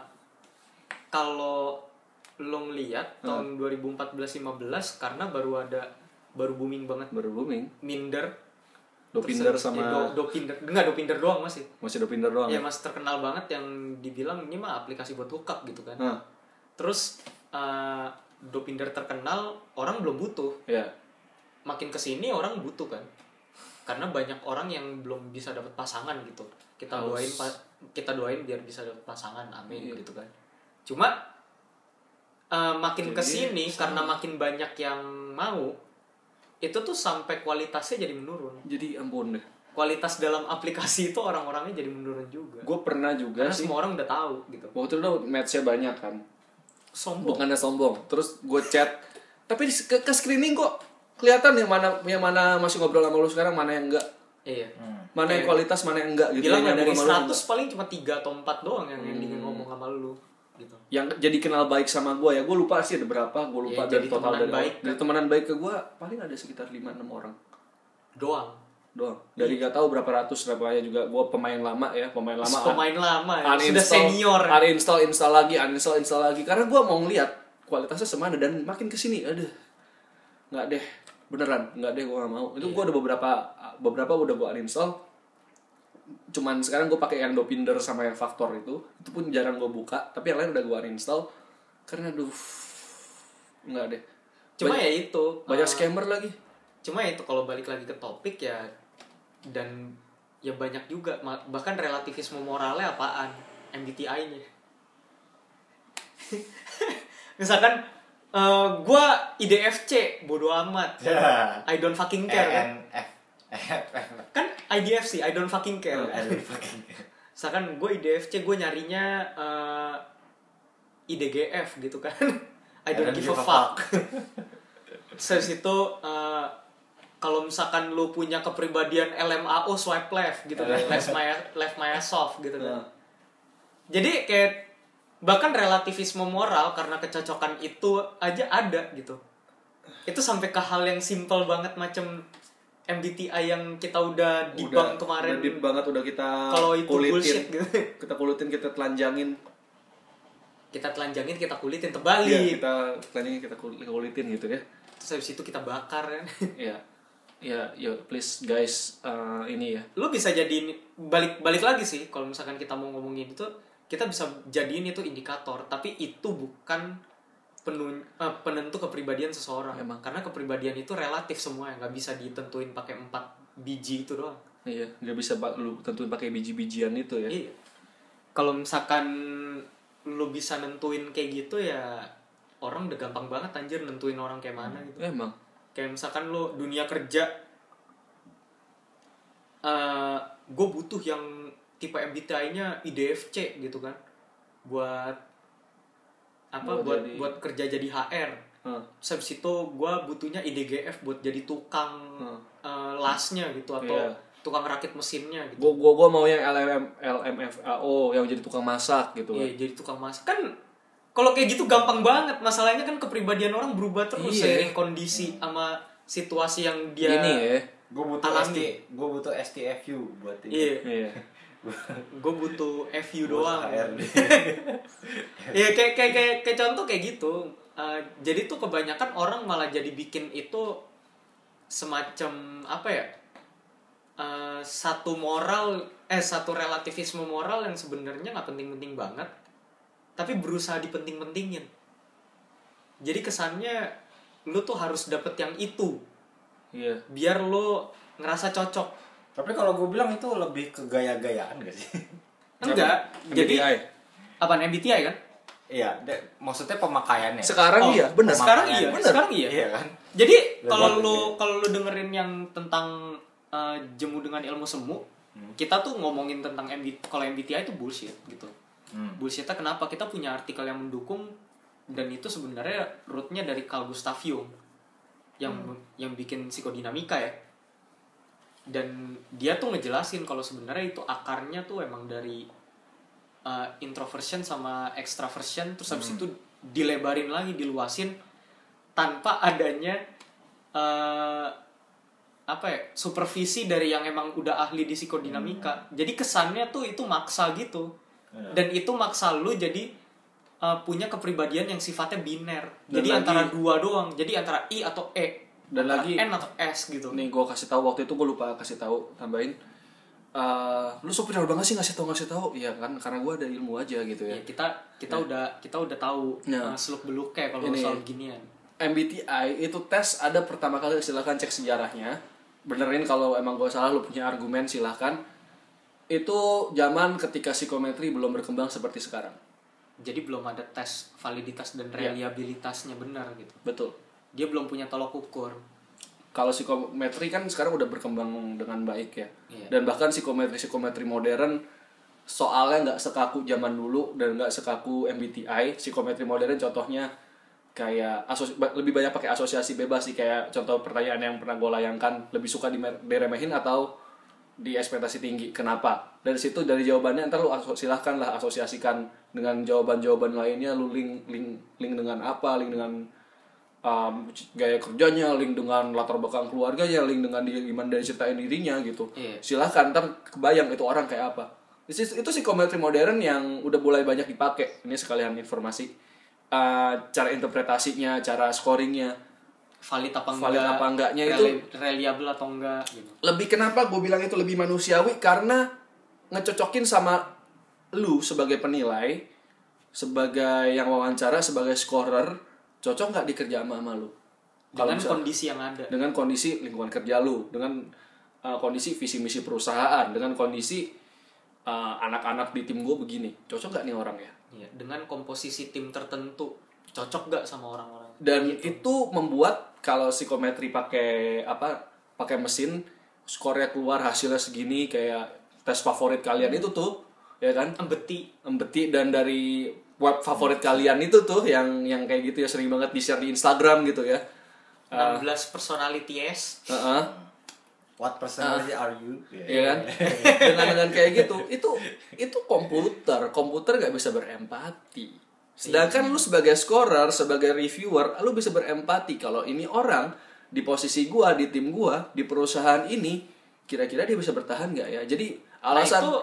Speaker 2: kalau lo ngeliat tahun dua ribu empat belas lima belas karena baru ada baru booming banget
Speaker 3: Baru booming.
Speaker 2: Minder,
Speaker 3: Dopinder
Speaker 2: terus,
Speaker 3: sama
Speaker 2: ya, do, Dopinder, enggak Dopinder doang masih.
Speaker 3: masih Dopinder doang.
Speaker 2: Ya masih terkenal banget yang dibilang ini mah aplikasi buat hookup gitu kan.
Speaker 3: Nah,
Speaker 2: Terus uh, Dopinder terkenal, orang belum butuh.
Speaker 3: ya.
Speaker 2: Makin kesini orang butuh kan, karena banyak orang yang belum bisa dapat pasangan gitu. Kita
Speaker 3: Harus.
Speaker 2: doain pa- kita doain biar bisa dapat pasangan, amin
Speaker 3: Iya.
Speaker 2: gitu kan. Cuma uh, makin
Speaker 3: Jadi,
Speaker 2: kesini
Speaker 3: sama.
Speaker 2: karena makin banyak yang mau, itu tuh sampai kualitasnya jadi menurun.
Speaker 3: Jadi ampun deh.
Speaker 2: Kualitas dalam aplikasi itu orang-orangnya jadi menurun juga.
Speaker 3: Gue pernah juga
Speaker 2: Karena
Speaker 3: sih.
Speaker 2: semua orang udah tahu gitu.
Speaker 3: Waktu itu match-nya banyak kan.
Speaker 2: Sombong.
Speaker 3: Bukannya sombong. Terus gue chat. Tapi di- ke, ke screening kok kelihatan yang mana yang mana masih ngobrol sama lu sekarang, mana yang enggak.
Speaker 2: Iya.
Speaker 3: Mana yang kualitas, mana yang enggak gitu.
Speaker 2: Bilang
Speaker 3: Yang
Speaker 2: lah dari
Speaker 3: nyambung sama lu
Speaker 2: seratus paling cuma tiga atau empat doang yang yang
Speaker 3: Hmm.
Speaker 2: ingin ngomong sama lu gitu.
Speaker 3: yang jadi kenal baik sama gue ya, gue lupa sih ada berapa, gue lupa
Speaker 2: Ya,
Speaker 3: dari
Speaker 2: jadi
Speaker 3: total
Speaker 2: temenan
Speaker 3: dari
Speaker 2: baik.
Speaker 3: dari temenan baik ke gue paling ada sekitar lima enam orang
Speaker 2: Doang.
Speaker 3: doang, dari gak tahu berapa ratus berapanya juga. Gue pemain lama ya, pemain lama
Speaker 2: Pemain lama ya. Sudah
Speaker 3: uninstall,
Speaker 2: senior.
Speaker 3: uninstall install lagi uninstall install lagi karena gue mau ngeliat kualitasnya semana, dan makin kesini aduh nggak deh, beneran nggak deh, gue nggak mau. Itu gue udah beberapa beberapa udah gue uninstall, cuman sekarang gue pakai yang Dopinder sama yang Faktor itu itu pun jarang gue buka, tapi yang lain udah gue uninstall karena aduh nggak deh.
Speaker 2: Cuma
Speaker 3: banyak,
Speaker 2: ya itu.
Speaker 3: banyak
Speaker 2: uh,
Speaker 3: scammer lagi.
Speaker 2: Cuma ya itu kalau balik lagi ke topik ya, dan ya banyak juga ma- bahkan relativisme moralnya apaan? M B T I-nya. Misalkan uh, gua I D F C, bodo amat.
Speaker 1: Ya.
Speaker 2: I don't fucking care kan?
Speaker 1: E N F F F.
Speaker 2: Kan I D F C, I don't fucking care.
Speaker 1: I don't fucking care.
Speaker 2: Misalkan gue I D F C, gue nyarinya uh, I D G F gitu kan. I don't give a fuck. Terus itu uh, kalau misalkan lu punya kepribadian L M A O swipe left gitu kan, left my left my ass off gitu kan. Jadi kayak bahkan relativisme moral karena kecocokan itu aja ada gitu. Itu sampai ke hal yang simple banget macam M B T I yang kita udah dibang kemarin.
Speaker 3: Udah deep banget, udah kita
Speaker 2: Kalau itu
Speaker 3: kulitin,
Speaker 2: bullshit gitu.
Speaker 3: kita kulitin, kita telanjangin.
Speaker 2: Kita telanjangin, kita kulitin,
Speaker 3: Iya,
Speaker 2: terbalik.
Speaker 3: kita telanjangin, kita kul- kulitin gitu ya.
Speaker 2: Terus habis itu kita bakar kan.
Speaker 3: Iya. Ya, ya please guys, uh, ini ya.
Speaker 2: Lu bisa jadiin balik balik lagi sih kalau misalkan kita mau ngomongin itu, kita bisa jadiin itu indikator, tapi itu bukan penun, eh, penentu kepribadian seseorang.
Speaker 3: Emang.
Speaker 2: Karena kepribadian itu relatif semua, nggak bisa ditentuin pakai empat biji itu doang.
Speaker 3: Iya, nggak bisa pak lu tentuin pakai biji-bijian itu ya.
Speaker 2: Iya. Kalau misalkan lu bisa nentuin kayak gitu ya, orang udah gampang banget anjir nentuin orang kayak mana gitu.
Speaker 3: Emang.
Speaker 2: Kayak misalkan lu dunia kerja, uh, gue butuh yang tipe M B T I-nya I D F C gitu kan, buat apa?
Speaker 3: Buat
Speaker 2: Buat
Speaker 3: jadi-
Speaker 2: buat kerja jadi H R.
Speaker 3: Huh.
Speaker 2: Terus habis itu gue butuhnya I D G F buat jadi tukang
Speaker 3: Hmm.
Speaker 2: uh, lasnya gitu, atau
Speaker 3: Iya.
Speaker 2: tukang rakit mesinnya gitu.
Speaker 3: Gua gua gua mau yang L M L M F A O yang jadi tukang masak gitu kan.
Speaker 2: Iya, jadi tukang masak kan. Kalau kayak gitu gampang banget. Masalahnya kan kepribadian orang berubah terus
Speaker 3: Iya.
Speaker 2: seiring kondisi sama situasi yang dia
Speaker 3: Ini ya.
Speaker 1: Gue butuh
Speaker 2: Alami.
Speaker 1: S T, gue butuh S T F U buat ini.
Speaker 2: Iya,
Speaker 3: Iya.
Speaker 2: gue butuh F U
Speaker 1: Buat
Speaker 2: doang.
Speaker 1: H R D.
Speaker 2: Iya, kayak kayak kayak kayak contoh kayak gitu. Uh, jadi tuh kebanyakan orang malah jadi bikin itu semacam apa ya? Uh, satu moral eh satu relativisme moral yang sebenarnya nggak penting-penting banget, tapi berusaha dipenting-pentingin. Jadi kesannya lu tuh harus dapet yang itu
Speaker 3: Iya.
Speaker 2: biar lu ngerasa cocok.
Speaker 1: Tapi kalau gue bilang itu lebih ke gaya-gayaan gak sih?
Speaker 2: Enggak. Jadi
Speaker 3: M B T I.
Speaker 2: apaan M B T I kan?
Speaker 1: Iya, de- maksudnya pemakaiannya.
Speaker 3: Sekarang
Speaker 2: Oh,
Speaker 3: iya, benar.
Speaker 2: Sekarang
Speaker 1: Pemakaian.
Speaker 2: iya,
Speaker 3: Bener.
Speaker 2: sekarang iya.
Speaker 1: Iya kan?
Speaker 2: Jadi
Speaker 1: Bener
Speaker 2: kalau
Speaker 1: banget,
Speaker 2: lu
Speaker 1: iya.
Speaker 2: kalau lu dengerin yang tentang uh, jemu dengan ilmu semu,
Speaker 1: Hmm.
Speaker 2: kita tuh ngomongin tentang M B T I, kalau M B T I itu bullshit gitu.
Speaker 1: Hmm.
Speaker 2: Bullshitnya kenapa? Kita punya artikel yang mendukung dan itu sebenarnya rootnya dari Carl Gustav Jung yang
Speaker 1: Hmm.
Speaker 2: yang bikin psikodinamika ya. Dan dia tuh ngejelasin kalau sebenarnya itu akarnya tuh emang dari uh, introversion sama extraversion, terus habis
Speaker 1: Hmm.
Speaker 2: itu dilebarin lagi, diluasin tanpa adanya uh, apa ya, supervisi dari yang emang udah ahli di psikodinamika. Jadi kesannya tuh itu maksa gitu.
Speaker 1: Iya.
Speaker 2: Dan itu maksa lu jadi uh, punya kepribadian yang sifatnya biner.
Speaker 3: Dan
Speaker 2: Jadi
Speaker 3: lagi-
Speaker 2: antara dua doang. Jadi antara I atau E.
Speaker 3: Dan
Speaker 2: antara
Speaker 3: lagi-
Speaker 2: N atau S gitu.
Speaker 3: Nih gue kasih tahu waktu itu gue lupa kasih tahu tambahin. Eh, lu so pintar banget sih ngasih tahu ngasih tahu, iya kan? Karena gue ada ilmu aja gitu ya.
Speaker 2: Ya, kita kita udah kita udah tahu
Speaker 3: Ya.
Speaker 2: uh, seluk beluk kayak kalau
Speaker 3: Ini.
Speaker 2: soal ginian.
Speaker 3: M B T I itu tes ada pertama kali, silahkan cek sejarahnya. Benerin kalau emang gue salah, lu punya argumen silahkan. Itu zaman ketika psikometri belum berkembang seperti sekarang.
Speaker 2: Jadi belum ada tes validitas dan
Speaker 3: Ya.
Speaker 2: reliabilitasnya benar gitu.
Speaker 3: Betul.
Speaker 2: Dia belum punya tolok ukur.
Speaker 3: Kalau psikometri kan sekarang udah berkembang dengan baik ya.
Speaker 2: Iya.
Speaker 3: Dan bahkan psikometri-psikometri modern soalnya nggak sekaku zaman dulu dan nggak sekaku M B T I. Psikometri modern contohnya kayak asos- lebih banyak pakai asosiasi bebas sih, kayak contoh pertanyaan yang pernah gue layangkan, lebih suka dimer- diremehin atau di ekspektasi tinggi. Kenapa? Dari situ dari jawabannya ntar lu aso- silahkan lah asosiasikan dengan jawaban-jawaban lainnya, lu link link link dengan apa, link dengan um, gaya kerjanya, link dengan latar belakang keluarganya, link dengan dia gimana dari ceritain dirinya gitu.
Speaker 2: Iya.
Speaker 3: Silahkan ntar kebayang itu orang kayak apa. Itu, itu psikometri modern yang udah mulai banyak dipakai. Ini sekalian informasi. Uh, cara interpretasinya, cara scoringnya,
Speaker 2: Valid apa enggak?
Speaker 3: Valid apa enggaknya itu-
Speaker 2: reli- reliable atau enggak gitu.
Speaker 3: lebih kenapa gue bilang itu lebih manusiawi karena ngecocokin sama lu sebagai penilai, sebagai yang wawancara, sebagai scorer, cocok nggak dikerja sama sama lu? Kalau
Speaker 2: Dengan
Speaker 3: misal-
Speaker 2: kondisi yang ada.
Speaker 3: dengan kondisi lingkungan kerja lu, dengan uh, kondisi visi misi perusahaan, dengan kondisi uh, anak-anak di tim gue begini, cocok nggak nih orang ya?
Speaker 2: Iya, dengan komposisi tim tertentu cocok gak sama orang-orang.
Speaker 3: Dan
Speaker 2: Gitu.
Speaker 3: itu membuat kalau psikometri pakai apa pakai mesin, skornya keluar hasilnya segini, kayak tes favorit kalian itu tuh ya kan,
Speaker 2: Empati.
Speaker 3: empati, dan dari web favorit kalian itu tuh yang yang kayak gitu ya, sering banget di share di Instagram gitu ya.
Speaker 2: enam belas personalities.
Speaker 3: Heeh.
Speaker 1: What personality are you?
Speaker 3: Iya kan? dengan dengan kayak gitu, itu itu komputer, komputer nggak bisa berempati. Sedangkan lu sebagai scorer, sebagai reviewer, lu bisa berempati kalau ini orang di posisi gua, di tim gua, di perusahaan ini, kira-kira dia bisa bertahan nggak ya? Jadi alasan
Speaker 2: Nah itu,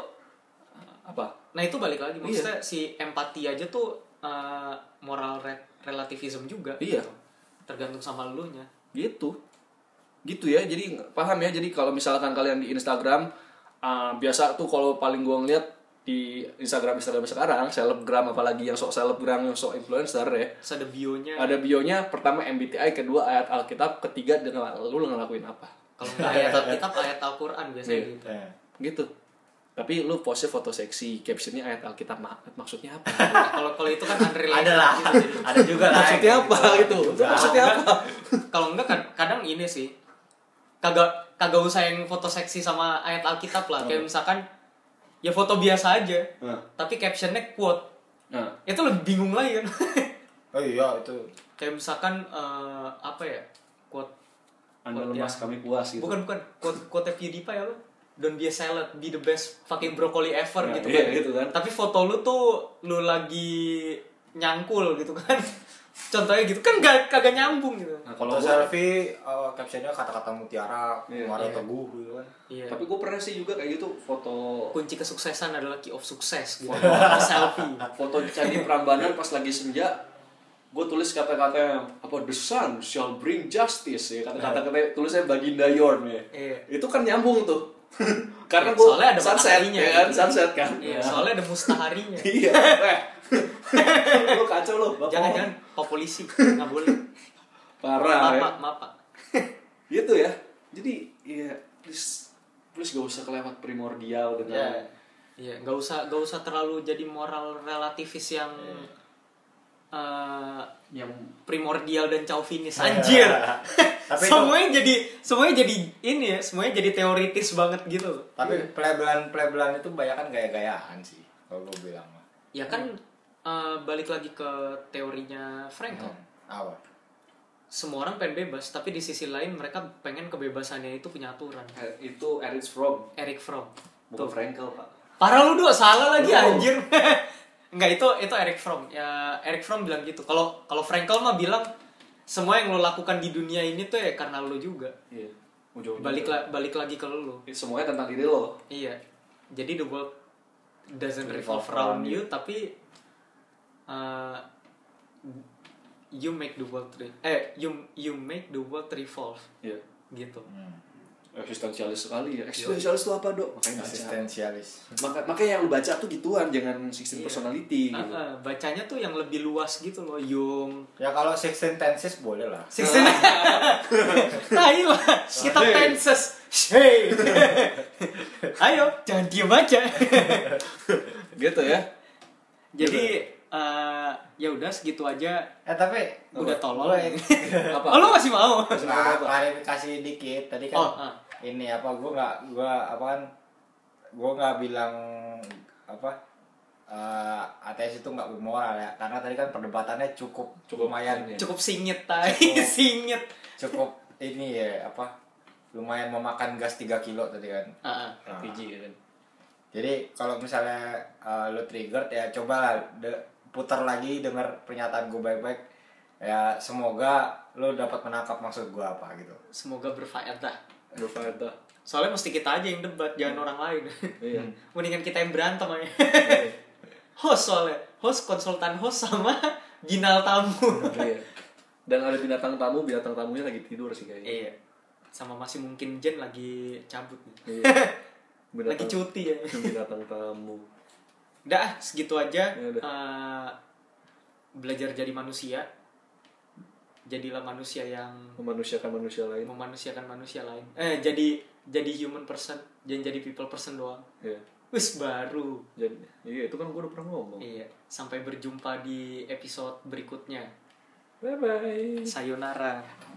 Speaker 3: apa?
Speaker 2: nah itu balik lagi
Speaker 3: Iya.
Speaker 2: maksudnya si empati aja tuh uh, moral re- relativism juga.
Speaker 3: Iya.
Speaker 2: Gitu. Tergantung sama lu nya.
Speaker 3: Gitu. Gitu ya. Jadi paham ya. Jadi kalau misalkan kalian di Instagram, uh, biasa tuh kalau paling gua ngeliat di Instagram Instagram sekarang, selebgram apalagi yang sok selebgram, yang sok influencer ya.
Speaker 2: Terus ada bionya.
Speaker 3: Ada bionya, pertama M B T I, kedua ayat Alkitab, ketiga dan lu ngelakuin apa?
Speaker 2: Kalau nggak ayat Alkitab, ayat Al-Quran biasanya
Speaker 3: Iya.
Speaker 2: gitu.
Speaker 1: Eh.
Speaker 3: Gitu. Tapi lu postnya foto seksi, captionnya ayat Alkitab, maksudnya apa?
Speaker 2: Nah, kalau kalau itu kan unrelated.
Speaker 1: Ada lah,
Speaker 2: gitu, jadi.
Speaker 1: ada juga lah.
Speaker 3: Maksudnya apa gitu? Itu maksudnya apa?
Speaker 2: Kalau enggak kan kadang ini sih kagak kagak usah yang foto seksi sama ayat Alkitab lah. Kayak misalkan ya foto biasa aja.
Speaker 3: Nah.
Speaker 2: Tapi captionnya quote.
Speaker 3: Nah,
Speaker 2: Itu lebih bingung lagi kan.
Speaker 1: Oh iya itu.
Speaker 2: Kayak misalkan eh, apa ya? Quote
Speaker 3: Anda
Speaker 2: quote
Speaker 3: lemas
Speaker 2: yang-
Speaker 3: kami puas gitu.
Speaker 2: Bukan bukan quote quote PewDiePie apa? Don't be a salad, be the best fucking broccoli ever
Speaker 3: Nah,
Speaker 2: gitu
Speaker 3: iya,
Speaker 2: kan.
Speaker 3: gitu kan.
Speaker 2: Tapi foto lu tuh lu lagi nyangkul gitu kan. Contohnya gitu kan gak, kagak nyambung gitu.
Speaker 3: Nah,
Speaker 1: Kalau
Speaker 3: kalau gua,
Speaker 1: selfie uh, captionnya kata-kata mutiara,
Speaker 3: Iya.
Speaker 1: muara
Speaker 2: Iya.
Speaker 1: teguh gitu kan.
Speaker 2: Iya.
Speaker 3: tapi gue pernah sih juga kayak gitu, foto
Speaker 2: Kunci kesuksesan adalah key of sukses gitu. Selfie.
Speaker 3: foto Candi Prambanan pas lagi senja, gue tulis kata-kata yang apa, the sun shall bring justice ya, kata-kata kata tulisnya Baginda Yorn ya.
Speaker 2: Iya.
Speaker 3: Itu kan nyambung tuh. Karena
Speaker 2: Iya,
Speaker 3: gue
Speaker 2: soalnya ada
Speaker 3: sunset
Speaker 2: mataharinya,
Speaker 3: ya kan,
Speaker 2: gitu.
Speaker 3: sunset kan.
Speaker 2: Iya, soalnya ada mustaharinya.
Speaker 3: Iya. Eh. Lu kacau lu. Bapak.
Speaker 2: Jangan jangan pak polisi nggak boleh.
Speaker 3: Parah
Speaker 2: Maaf
Speaker 3: ya.
Speaker 2: pak, maaf pak.
Speaker 3: Gitu ya. Jadi ya please please gak usah kelewat primordial dengan
Speaker 1: Ya.
Speaker 2: Iya, nggak usah nggak usah terlalu jadi moral relativis yang uh,
Speaker 3: yang
Speaker 2: primordial dan chauvinis anjir.
Speaker 1: Tapi
Speaker 2: semuanya jadi semuanya jadi ini ya, semuanya jadi teoritis banget gitu.
Speaker 1: Tapi pelebelan-pelebelan itu banyak kan gaya-gayaan sih kalau gue bilang mah.
Speaker 2: Ya kan uh, balik lagi ke teorinya Frankl.
Speaker 1: Hmm. Apa?
Speaker 2: Semua orang pengen bebas, tapi di sisi lain mereka pengen kebebasannya itu punya aturan.
Speaker 3: Eh, itu Erich Fromm,
Speaker 2: Eric Fromm.
Speaker 3: bukan Frankl, Pak.
Speaker 2: Parah lu dua salah lagi
Speaker 3: Oh.
Speaker 2: anjir. Enggak, itu itu Eric Fromm. Ya Eric Fromm bilang gitu. Kalau kalau Frankl mah bilang semua yang lo lakukan di dunia ini tuh ya karena lo juga.
Speaker 3: Iya. Ujung-ujungnya.
Speaker 2: Balik la- balik lagi ke lo.
Speaker 3: Semuanya tentang diri lo.
Speaker 2: Iya. Jadi the world doesn't
Speaker 3: Revolve
Speaker 2: revolve around
Speaker 3: around
Speaker 2: you, tapi uh, you make the world re- eh you you make the world revolve
Speaker 3: Iya.
Speaker 2: gitu.
Speaker 1: Hmm.
Speaker 3: Eksistensialis sekali ya. Eksistensialis itu apa, Dok? Makanya baca.
Speaker 1: Eksistensialis.
Speaker 3: Maka makanya yang lu baca tuh gituan, jangan sixteen
Speaker 2: Iya.
Speaker 3: personality
Speaker 2: Uh,
Speaker 3: gitu.
Speaker 2: uh, bacanya tuh yang lebih luas gitu loh, Jung.
Speaker 1: Ya kalau sixteen tenses boleh lah.
Speaker 2: Sixteen. Tai lah, kita tenses. Hey. Ayo, jangan diem aja.
Speaker 3: Gitu ya.
Speaker 2: Jadi uh, ya udah segitu aja.
Speaker 1: Eh tapi
Speaker 2: Udah tolol.
Speaker 1: gue-
Speaker 3: Apa?
Speaker 2: Oh, lu masih mau?
Speaker 1: Nah, klarifikasi dikit tadi kan
Speaker 2: Oh, ah.
Speaker 1: ini apa gue nggak gue apa kan gue nggak bilang apa uh, ateis itu nggak bermoral ya karena tadi kan perdebatannya cukup
Speaker 3: Cukup
Speaker 1: lumayan
Speaker 3: ini.
Speaker 2: Cukup singit tai,
Speaker 1: Cukup.
Speaker 2: singit.
Speaker 1: cukup ini ya apa lumayan memakan gas tiga kilo tadi kan.
Speaker 2: Ah, ah.
Speaker 1: Nah,
Speaker 3: P G kan.
Speaker 1: jadi kalau misalnya uh, lo triggered ya cobalah de- putar lagi dengar pernyataan gue baik-baik ya semoga lo dapat menangkap maksud gue apa gitu.
Speaker 2: Semoga berfaedah.
Speaker 3: Berfaedah.
Speaker 2: Soalnya mesti kita aja yang debat, jangan orang lain.
Speaker 3: Iya.
Speaker 2: Mendingan kita yang berantem aja. Host soalnya, host konsultan host sama ginal tamu.
Speaker 3: Iya. Dan ada binatang tamu, binatang tamunya lagi tidur sih kayaknya.
Speaker 2: Iya. Sama masih mungkin Jen lagi cabut nih.
Speaker 3: Iya.
Speaker 2: Lagi cuti ya.
Speaker 3: Binatang tamu.
Speaker 2: Udah, ah, segitu aja.
Speaker 3: Ya udah.
Speaker 2: Eh, belajar jadi manusia. Jadilah manusia yang
Speaker 3: Memanusiakan manusia lain.
Speaker 2: memanusiakan manusia lain. Eh, jadi jadi human person, jangan jadi people person doang.
Speaker 3: Iya.
Speaker 2: Wis baru.
Speaker 3: Jadi, iya itu kan gue udah pernah ngomong.
Speaker 2: Iya, sampai berjumpa di episode berikutnya.
Speaker 3: Bye bye.
Speaker 2: Sayonara.